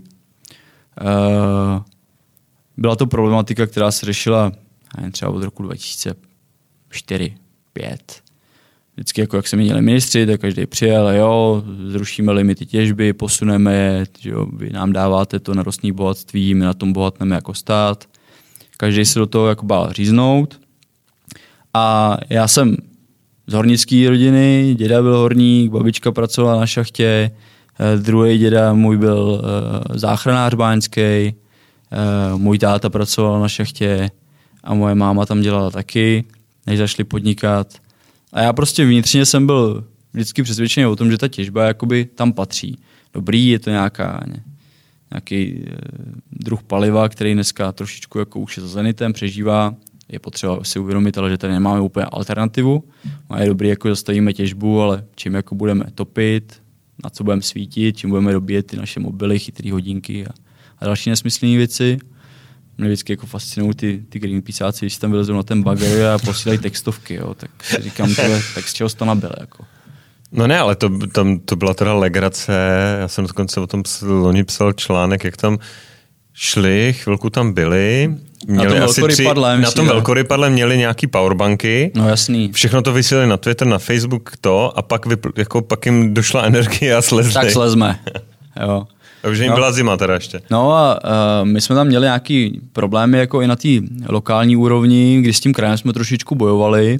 Byla to problematika, která se řešila nevím, třeba od roku dva tisíce čtyři pět. Vždycky, jako jak se měnili ministři, tak každý přijel, jo, zrušíme limity těžby, posuneme je, že jo, vy nám dáváte to nerostné bohatství, my na tom bohatneme jako stát. Každý se do toho jako bál říznout. A já jsem z hornické rodiny, děda byl horník, babička pracovala na šachtě, druhý děda můj byl záchranář báňský, můj táta pracoval na šachtě a moje máma tam dělala taky, než zašli podnikat. A já prostě vnitřně jsem byl vždycky přesvědčený o tom, že ta těžba jakoby tam patří. Dobrý, je to nějaká, nějaký druh paliva, který dneska trošičku jako už je za zenitem, přežívá. Je potřeba si uvědomit, ale že tady nemáme úplně alternativu. A je dobrý, jako zastavíme těžbu, ale čím jako budeme topit, na co budeme svítit, čím budeme dobíjet ty naše mobily, chytré hodinky a, a další nesmyslné věci. Mě vždycky jako fascinují ty, ty Greenpeaceáci, když tam vylezou na ten bagger a posílají textovky, jo, tak si říkám, tohle, tak z čeho jsi to nabil, jako. No ne, ale to, tam, to byla teda legrace, já jsem dokonce o tom loni psal článek, jak tam šli, chvilku tam byli, měli na tom asi tři, na tom velkorypadle měli nějaký powerbanky, no jasný. Všechno to vysílali na Twitter, na Facebook to a pak, vypl, jako, pak jim došla energie a slezli. Tak slezme, jo. A už jim no. byla zima teda ještě. No a uh, my jsme tam měli nějaký problémy jako i na té lokální úrovni, kdy s tím krajem jsme trošičku bojovali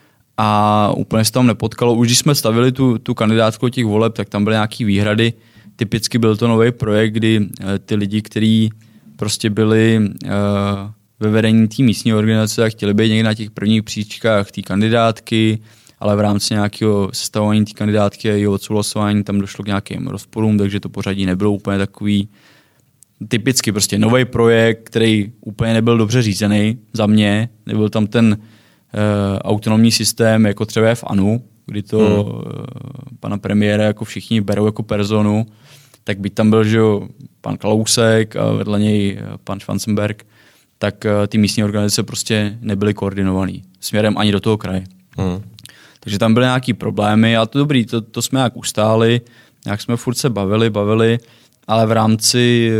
a úplně se tam nepotkalo. Už když jsme stavili tu, tu kandidátku těch voleb, tak tam byly nějaký výhrady. Typicky byl to nový projekt, kdy uh, ty lidi, kteří prostě byli uh, ve vedení té místní organizace a chtěli být někde na těch prvních příčkách té kandidátky, ale v rámci nějakého sestavování té kandidátky a jejího odsouhlasování tam došlo k nějakým rozporům, takže to pořadí nebylo úplně takový typicky prostě nový projekt, který úplně nebyl dobře řízený za mě. Nebyl tam ten uh, autonomní systém jako třeba v ANU, kdy to hmm. uh, pana premiéra jako všichni berou jako personu, tak byť tam byl, že jo, pan Kalousek a vedle něj pan Schwarzenberg, tak uh, ty místní organizace prostě nebyly koordinovaný směrem ani do toho kraje. Hmm. Takže tam byly nějaký problémy a to dobrý, to, to jsme nějak ustáli, nějak jsme furt se bavili, bavili, ale v rámci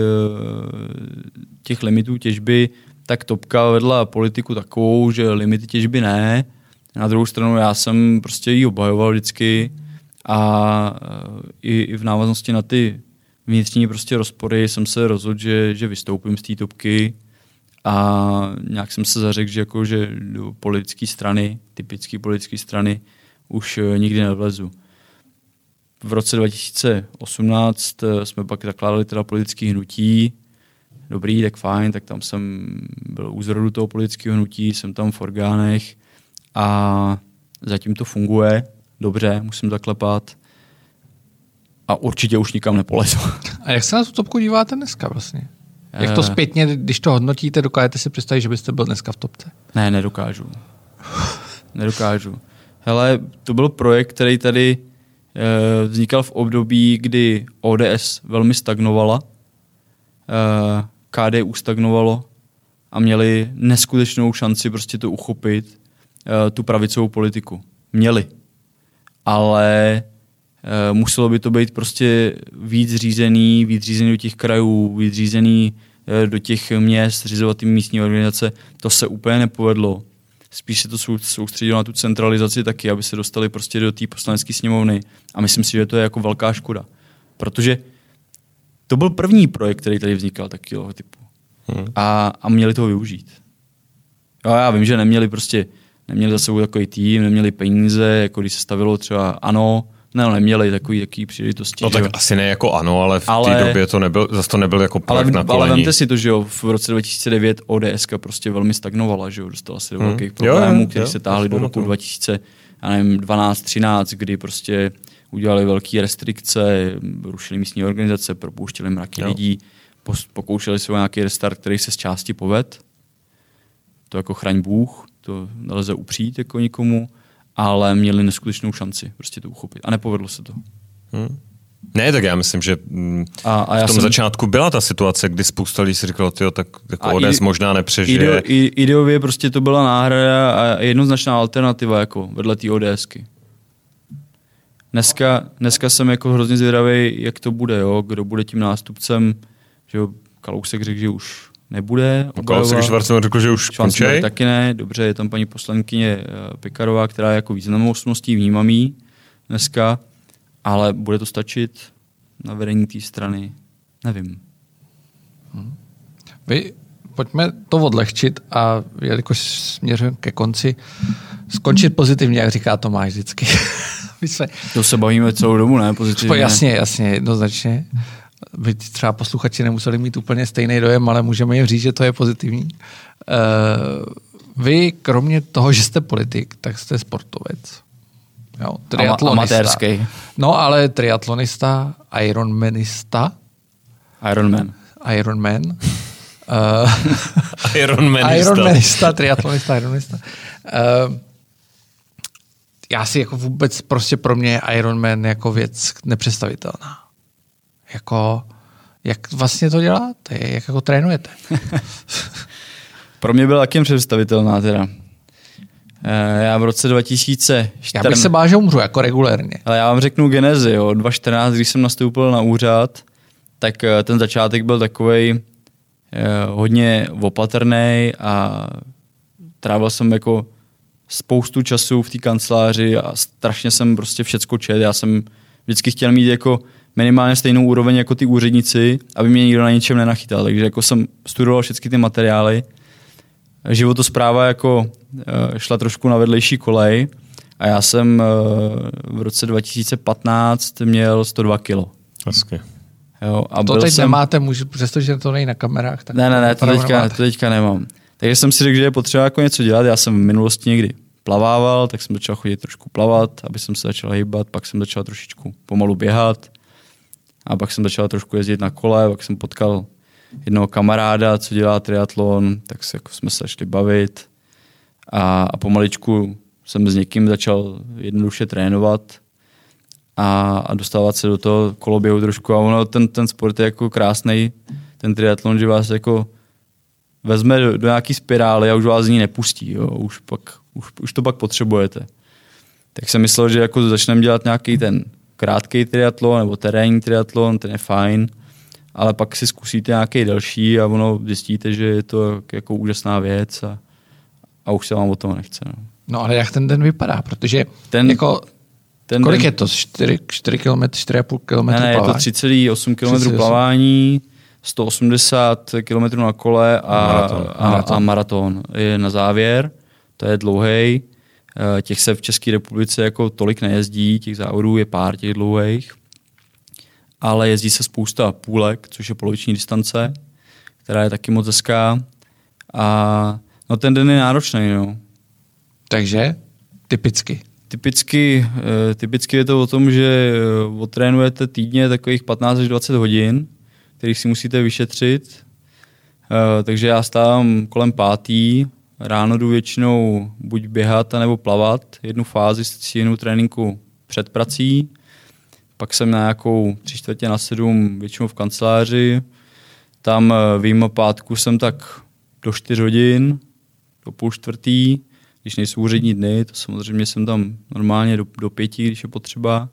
těch limitů těžby tak Topka vedla politiku takovou, že limity těžby ne. Na druhou stranu já jsem prostě ji obhajoval vždycky a i, i v návaznosti na ty vnitřní prostě rozpory jsem se rozhodl, že, že vystoupím z té Topky a nějak jsem se zařekl, že, jako, že do politické strany, typické politické strany už nikdy nevlezu. V roce dva tisíce osmnáct jsme pak zakládali teda politické hnutí. Dobrý, tak fajn, tak tam jsem byl u zrodu toho politického hnutí, jsem tam v orgánech a zatím to funguje dobře, musím zaklepat a určitě už nikam nepolezu. A jak se na tu Topku díváte dneska vlastně? Jak to zpětně, když to hodnotíte, dokážete si představit, že byste byl dneska v Topce? Ne, nedokážu. Nedokážu. Hele, to byl projekt, který tady e, vznikal v období, kdy O D S velmi stagnovala, e, K D U stagnovalo a měli neskutečnou šanci prostě to uchopit, e, tu pravicovou politiku. Měli. Ale e, muselo by to být prostě víc řízený, víc řízený do těch krajů, víc řízený e, do těch měst, zřizovat ty místní organizace. To se úplně nepovedlo. Spíš se to soustředilo na tu centralizaci taky, aby se dostali prostě do té poslanecké sněmovny. A myslím si, že to je jako velká škoda. Protože to byl první projekt, který tady vznikal takového typu. Hmm. A, a měli toho využít. Jo, já vím, že neměli prostě, neměli za sebou takový tým, neměli peníze, jako když se stavilo třeba ANO, ne, neměli takový, takový příležitosti. No tak jo. asi ne jako ANO, ale v ale, té době to nebyl, zase to nebyl jako projekt ale, na kolení. Ale vemte si to, že jo, v roce dva tisíce devět O D S ka prostě velmi stagnovala, že jo, dostala se do hmm. velkých problémů, které se táhly do roku dva tisíce dvanáct třináct, kdy prostě udělali velké restrikce, rušili místní organizace, propouštěli mraky jo. lidí, pokoušeli se o nějaký restart, který se z části poved. To jako chraň Bůh, to nelze upřít jako nikomu, ale měli neskutečnou šanci prostě to uchopit. A nepovedlo se to. Hmm. Ne, tak já myslím, že a, a v tom jsem... začátku byla ta situace, kdy spousta lidí si říkalo, tyjo, tak jako O D S ide... možná nepřežije. Ideo, ideově prostě to byla náhrada a jednoznačná alternativa jako vedle té ODSky. Dneska, dneska jsem jako hrozně zvědavý, jak to bude, jo? Kdo bude tím nástupcem, že jo, Kalousek řekl, že už nebude. Kalousek Schwarzenberg řekl, že už končí. Taky ne, dobře, je tam paní poslankyně Pekarová, která je jako významnou osobností, vnímám jí dneska, ale bude to stačit na vedení té strany? Nevím. Hmm. Vy, pojďme to odlehčit a jelikož směřujeme ke konci, skončit pozitivně, jak říká Tomáš vždycky. jsme... To se bavíme celou dobu, ne? Pozitivně. Jasně, jasně, jednoznačně. By třeba posluchači nemuseli mít úplně stejný dojem, ale můžeme jim říct, že to je pozitivní. Uh, vy, kromě toho, že jste politik, tak jste sportovec. Jo, triatlonista. Amatérský. No, ale triatlonista, ironmanista. Ironman. Ironman. Uh, Ironmanista. Ironmanista, triatlonista, Ironmanista. Uh, já si jako vůbec, prostě pro mě je Ironman jako věc nepředstavitelná. Jako, jak vlastně to děláte? Jak jako trénujete? Pro mě byla taky představitelná teda. Já v roce dva tisíce čtrnáct... Já bych se bál, že umřu jako regulérně. Ale já vám řeknu genezi, jo. dva tisíce čtrnáct, když jsem nastoupil na úřad, tak ten začátek byl takovej eh, hodně opatrný a trávil jsem jako spoustu času v té kanceláři a strašně jsem prostě všecko čet. Já jsem vždycky chtěl mít jako minimálně stejnou úroveň jako ty úředníci, aby mě nikdo na ničem nenachytal. Takže jako jsem studoval všechny ty materiály. Životospráva jako šla trošku na vedlejší kolej a já jsem v roce dva tisíce patnáct měl sto dva kilo. Hezky. Jo, a to teď jsem... nemáte, můžu, přestože to není na kamerách. Tak ne, ne, ne, to teďka, to teďka nemám. Takže jsem si řekl, že je potřeba jako něco dělat. Já jsem v minulosti někdy plavával, tak jsem začal chodit trošku plavat, aby jsem se začal hýbat, pak jsem začal trošičku pomalu běhat a pak jsem začal trošku jezdit na kole, pak jsem potkal jednoho kamaráda, co dělá triatlon, tak se, jako jsme se začali bavit a, a pomaličku jsem s někým začal jednoduše trénovat a, a dostávat se do toho koloběhu trošku a ono, ten, ten sport je jako krásnej, ten triatlon, že vás jako vezme do, do nějaký spirály a už vás z ní nepustí, jo. Už, pak, už, už to pak potřebujete. Tak jsem myslel, že jako začneme dělat nějaký ten krátký triatlon nebo terénní triatlon, ten je fajn, ale pak si zkusíte nějaký další a ono zjistíte, že je to jako úžasná věc a, a už se vám o toho nechce. No, no ale jak ten den vypadá? Protože ten, jako, ten kolik den, je to? čtyři kilometry, čtyři a půl kilometru plavání? Ne, je to tři celá osm kilometrů plavání, sto osmdesát kilometrů na kole a maraton. A, maraton. a maraton je na závěr. To je dlouhej. Těch se v České republice jako tolik nejezdí, těch závodů je pár těch dlouhých. Ale jezdí se spousta půlek, což je poloviční distance, která je taky moc hezká. A no ten den je náročný. No. Takže typicky? Typicky, typicky je to o tom, že odtrénujete týdně takových patnáct až dvacet hodin, kterých si musíte vyšetřit. Takže já stávám kolem pátý, ráno jdu většinou buď běhat, nebo plavat. Jednu fázi si jinou tréninku před prací, pak jsem na nějakou tři čtvrtě na sedm většinou v kanceláři. Tam vyjma pátku jsem tak do čtyř hodin, do půl čtvrtý, když nejsou úřední dny, to samozřejmě jsem tam normálně do, do pěti, když je potřeba.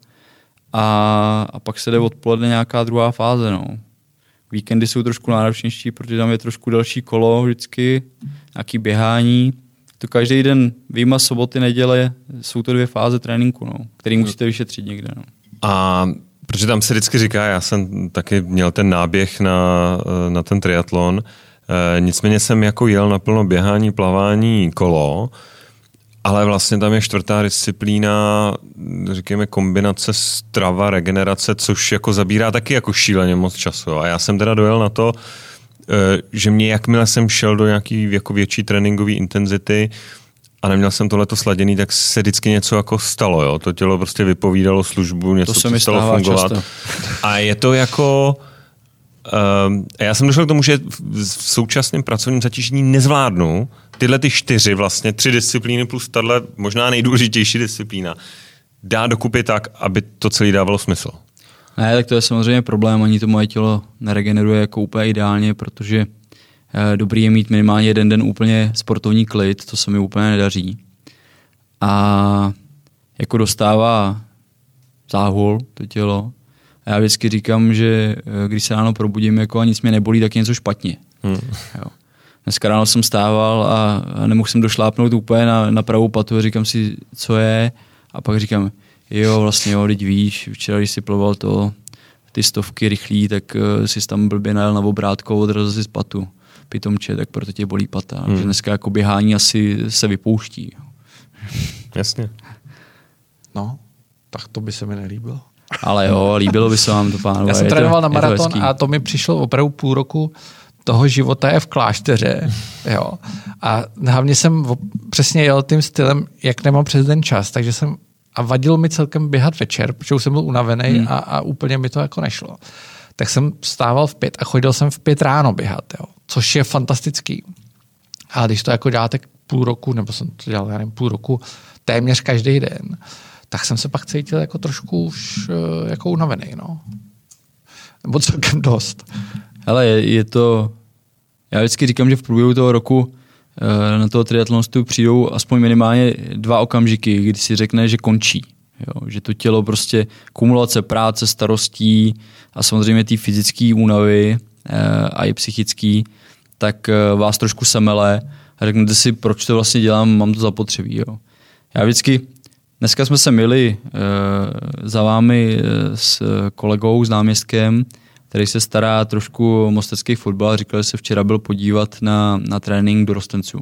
A, a pak se jde odpoledne nějaká druhá fáze. No. Víkendy jsou trošku náročnější, protože tam je trošku další kolo vždycky, nějaký běhání. To každý den, vyjma soboty, neděle, jsou to dvě fáze tréninku, no, který musíte vyšetřit někde. No. A protože tam se vždycky říká, já jsem taky měl ten náběh na, na ten triatlon, e, nicméně jsem jako jel naplno běhání, plavání, kolo, ale vlastně tam je čtvrtá disciplína, říkáme kombinace strava, regenerace, což jako zabírá taky jako šíleně moc času. A já jsem teda dojel na to, e, že mě jakmile jsem šel do nějaký jako větší tréninkové intenzity, a neměl jsem tohleto sladěný, tak se vždycky něco jako stalo, jo. To tělo prostě vypovídalo službu, něco to se mi stalo fungovat. Často. A je to jako... Um, já jsem došel k tomu, že v současném pracovním zatížení nezvládnu tyhle ty čtyři vlastně, tři disciplíny plus tahle možná nejdůležitější disciplína dá dokupy tak, aby to celé dávalo smysl. Ne, tak to je samozřejmě problém, ani to moje tělo neregeneruje jako úplně ideálně, protože dobrý je mít minimálně jeden den úplně sportovní klid, to se mi úplně nedaří. A jako dostává záhul to tělo. A já vždycky říkám, že když se ráno probudím jako a nic mě nebolí, tak je něco špatně. Hmm. Jo. Dneska ráno jsem stával a nemohl jsem došlápnout úplně na, na pravou patu a říkám si, co je. A pak říkám, jo, vlastně jo, teď víš, včera, když jsi ploval to, ty stovky rychlý, tak uh, jsi tam blbě najel na obrátko a odrazil si z patu. Pitomče, tak proto tě bolí pata. Hmm. Dneska jako běhání asi se vypouští. Jasně. No, tak to by se mi nelíbilo. Ale jo, líbilo by se vám to, pánové. Já jsem trénoval na maraton to a to mi přišlo opravdu půl roku toho života je v klášteře. Jo. A hlavně jsem přesně jel tím stylem, jak nemám přes den čas, takže jsem a vadilo mi celkem běhat večer, protože už jsem byl unavený hmm. a, a úplně mi to jako nešlo. tak jsem vstával v pět a chodil jsem v pět ráno běhat, jo, což je fantastický. A když to jako děláte půl roku, nebo jsem to dělal, já nevím, půl roku, téměř každý den, tak jsem se pak cítil jako trošku už jako unavený, no. Nebo celkem dost. Hele, je, je to... Já vždycky říkám, že v průběhu toho roku na toho triatlonistu přijdou aspoň minimálně dva okamžiky, kdy si řekne, že končí. Jo, že to tělo prostě kumulace práce, starostí a samozřejmě té fyzické únavy a i psychický, tak vás trošku semele a řeknete si, proč to vlastně dělám, mám to zapotřebí. Jo. Já vždycky, dneska jsme se měli uh, za vámi s kolegou, s náměstkem, který se stará trošku o mostecký fotbal a říkal, že se včera byl podívat na, na trénink dorostenců.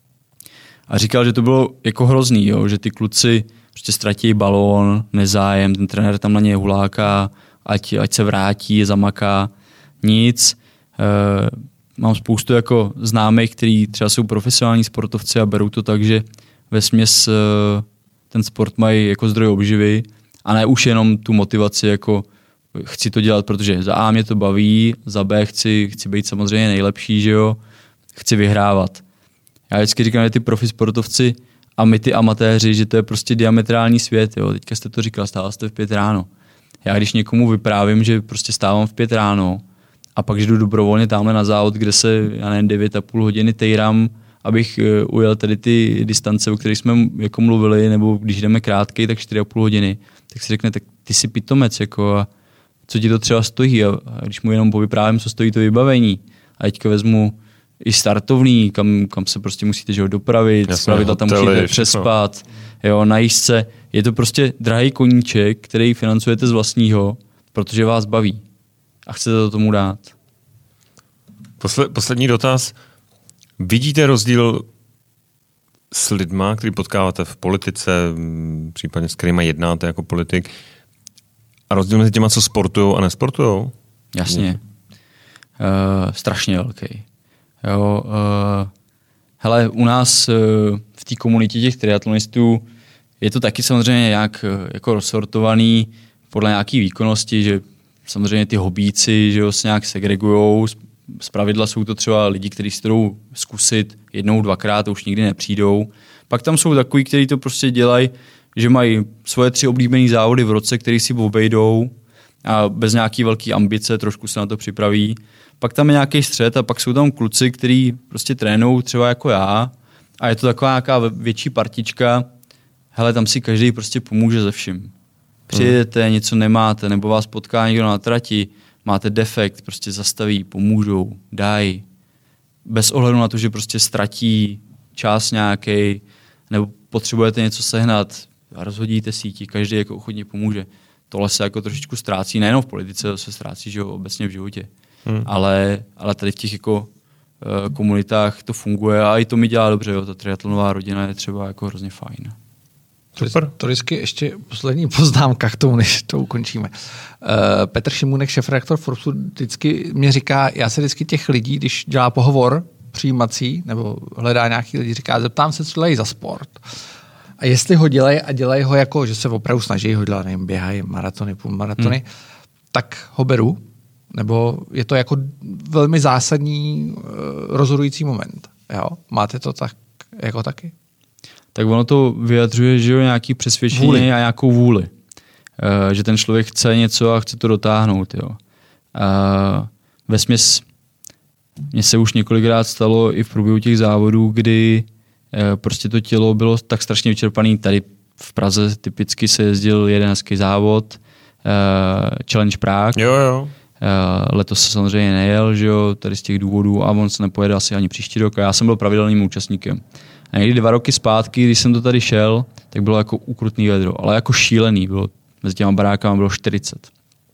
A říkal, že to bylo jako hrozný, jo, že ty kluci prostě ztratí balón, nezájem, ten trenér tam na ně huláká, ať, ať se vrátí, zamaká, nic. E, mám spoustu jako známých, kteří třeba jsou profesionální sportovci a berou to tak, že vesměs e, ten sport mají jako zdroj obživy a ne už jenom tu motivaci jako chci to dělat, protože za A mě to baví, za B chci, chci být samozřejmě nejlepší, že jo, chci vyhrávat. Já vždycky říkám, že ty profi sportovci a my ty amatéři, že to je prostě diametrální svět, jo. Teďka jste to říkal, stával jste v pět ráno. Já když někomu vyprávím, že prostě stávám v pět ráno a pak jdu dobrovolně tamhle na závod, kde se, já nevím, devět a půl hodiny tejrám, abych ujel tady ty distance, o kterých jsme jako mluvili, nebo když jdeme krátkej, tak čtyři a půl hodiny, tak si řekne, tak ty jsi pitomec, jako a co ti to třeba stojí, a když mu jenom povyprávím, co stojí to vybavení. A teďka vezmu i startovný, kam, kam se prostě musíte že ho dopravit, zpravidla tam musíte přespat, jo, najíst se. Je to prostě drahý koníček, který financujete z vlastního, protože vás baví a chcete to tomu dát. Posle, poslední dotaz. Vidíte rozdíl s lidma, který potkáváte v politice, případně s kterýma jednáte jako politik, a rozdíl mezi těma, co sportujou a nesportujou? Jasně. Uh, strašně velký. Jo, uh, hele, u nás uh, v té komunitě těch triatlonistů je to taky samozřejmě nějak uh, jako rozsortovaný podle nějaký výkonnosti, že samozřejmě ty hobíci, že jo, se nějak segregujou. Zpravidla jsou to třeba lidi, kteří si to jdou zkusit jednou, dvakrát a už nikdy nepřijdou. Pak tam jsou takový, kteří to prostě dělají, že mají svoje tři oblíbené závody v roce, které si obejdou a bez nějaký velký ambice trošku se na to připraví. Pak tam je nějaký střed a pak jsou tam kluci, kteří prostě trénují třeba jako já a je to taková nějaká větší partička. Hele, tam si každý prostě pomůže ze vším. Přijedete, hmm. něco nemáte, nebo vás potká někdo na trati, máte defekt, prostě zastaví, pomůžou, dají. Bez ohledu na to, že prostě ztratí čas nějaký, nebo potřebujete něco sehnat, a rozhodíte síti, každý jako ochotně pomůže. Tohle se jako trošičku ztrácí, nejenom v politice, to se ztrácí, že jo, obecně v životě. Hmm. Ale, ale tady v těch jako uh, komunitách to funguje a i to mi dělá dobře, jo. Ta triatlonová rodina je třeba jako hrozně fajn. Super. To vždycky ještě poslední poznámka k tomu, než to ukončíme. Uh, Petr Šimunek, šéfredaktor Forbesu, vždycky mě říká, já se vždycky těch lidí, když dělá pohovor přijímací, nebo hledá nějaký lidi, říká, zeptám se, co dělají za sport. A jestli ho dělají a dělají ho jako, že se opravdu snaží ho dělat, nevím, běhají maratony, půlmaratony, hmm. tak ho beru, nebo je to jako velmi zásadní uh, rozhodující moment. Jo? Máte to tak jako taky? Tak ono to vyjadřuje, že jo, nějaký přesvědčení vůli. A nějakou vůli. Uh, že ten člověk chce něco a chce to dotáhnout. Jo. Uh, vesměs mně se už několikrát stalo i v průběhu těch závodů, kdy uh, prostě to tělo bylo tak strašně vyčerpané. Tady v Praze typicky se jezdil jeden hezký závod, uh, Challenge Prague. Jo, jo. Uh, letos se samozřejmě nejel, že jo, tady z těch důvodů a on se nepojede asi ani příští rok a já jsem byl pravidelným účastníkem. A někdy dva roky zpátky, když jsem to tady šel, tak bylo jako ukrutný vedro, ale jako šílený. Bylo, mezi těma barákama bylo čtyřicet.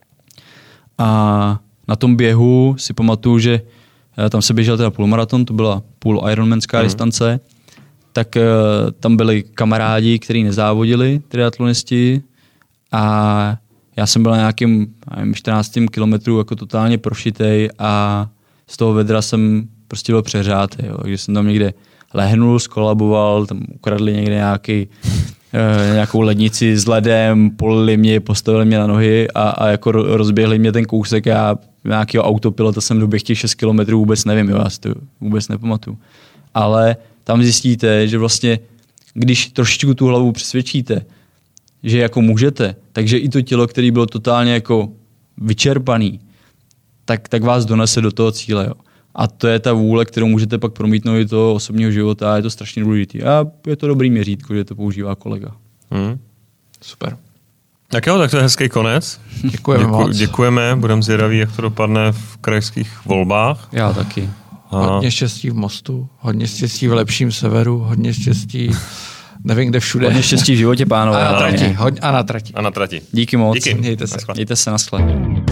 A na tom běhu si pamatuju, že tam se běžel teda půlmaraton, to byla půl ironmanská mm. distance, tak uh, tam byli kamarádi, kteří nezávodili, triatlonisti, a já jsem byl na nějakým nevím, čtrnáctém kilometru jako totálně prošitej a z toho vedra jsem prostě byl přeřátý, takže jsem tam někde lehnul, skolaboval, tam ukradli někde nějaký e, nějakou lednici s ledem, polili mě, postavili mě na nohy a, a jako rozběhli mě ten kousek. Já nějakého autopilota jsem doběhl těch šest kilometrů, vůbec nevím, jo, já si to vůbec nepamatuju. Ale tam zjistíte, že vlastně, když trošičku tu hlavu přesvědčíte, že jako můžete, takže i to tělo, které bylo totálně jako vyčerpaný, tak, tak vás donese do toho cíle. Jo. A to je ta vůle, kterou můžete pak promítnout do toho osobního života a je to strašně důležité. A je to dobrý měřítko, že to používá kolega. Hmm. Super. Tak jo, tak to je hezký konec. Děkujeme Děku, moc. Děkujeme, budeme zvědaví, jak to dopadne v krajských volbách. Já taky. A... Hodně štěstí v Mostu, hodně štěstí v lepším severu, hodně štěstí, nevím kde všude. Hodně štěstí v životě, pánové. A na trati. Hodně, a na trati. A na trati. Díky moc. Díky. Mějte se. Naschle. Mějte se, naschle.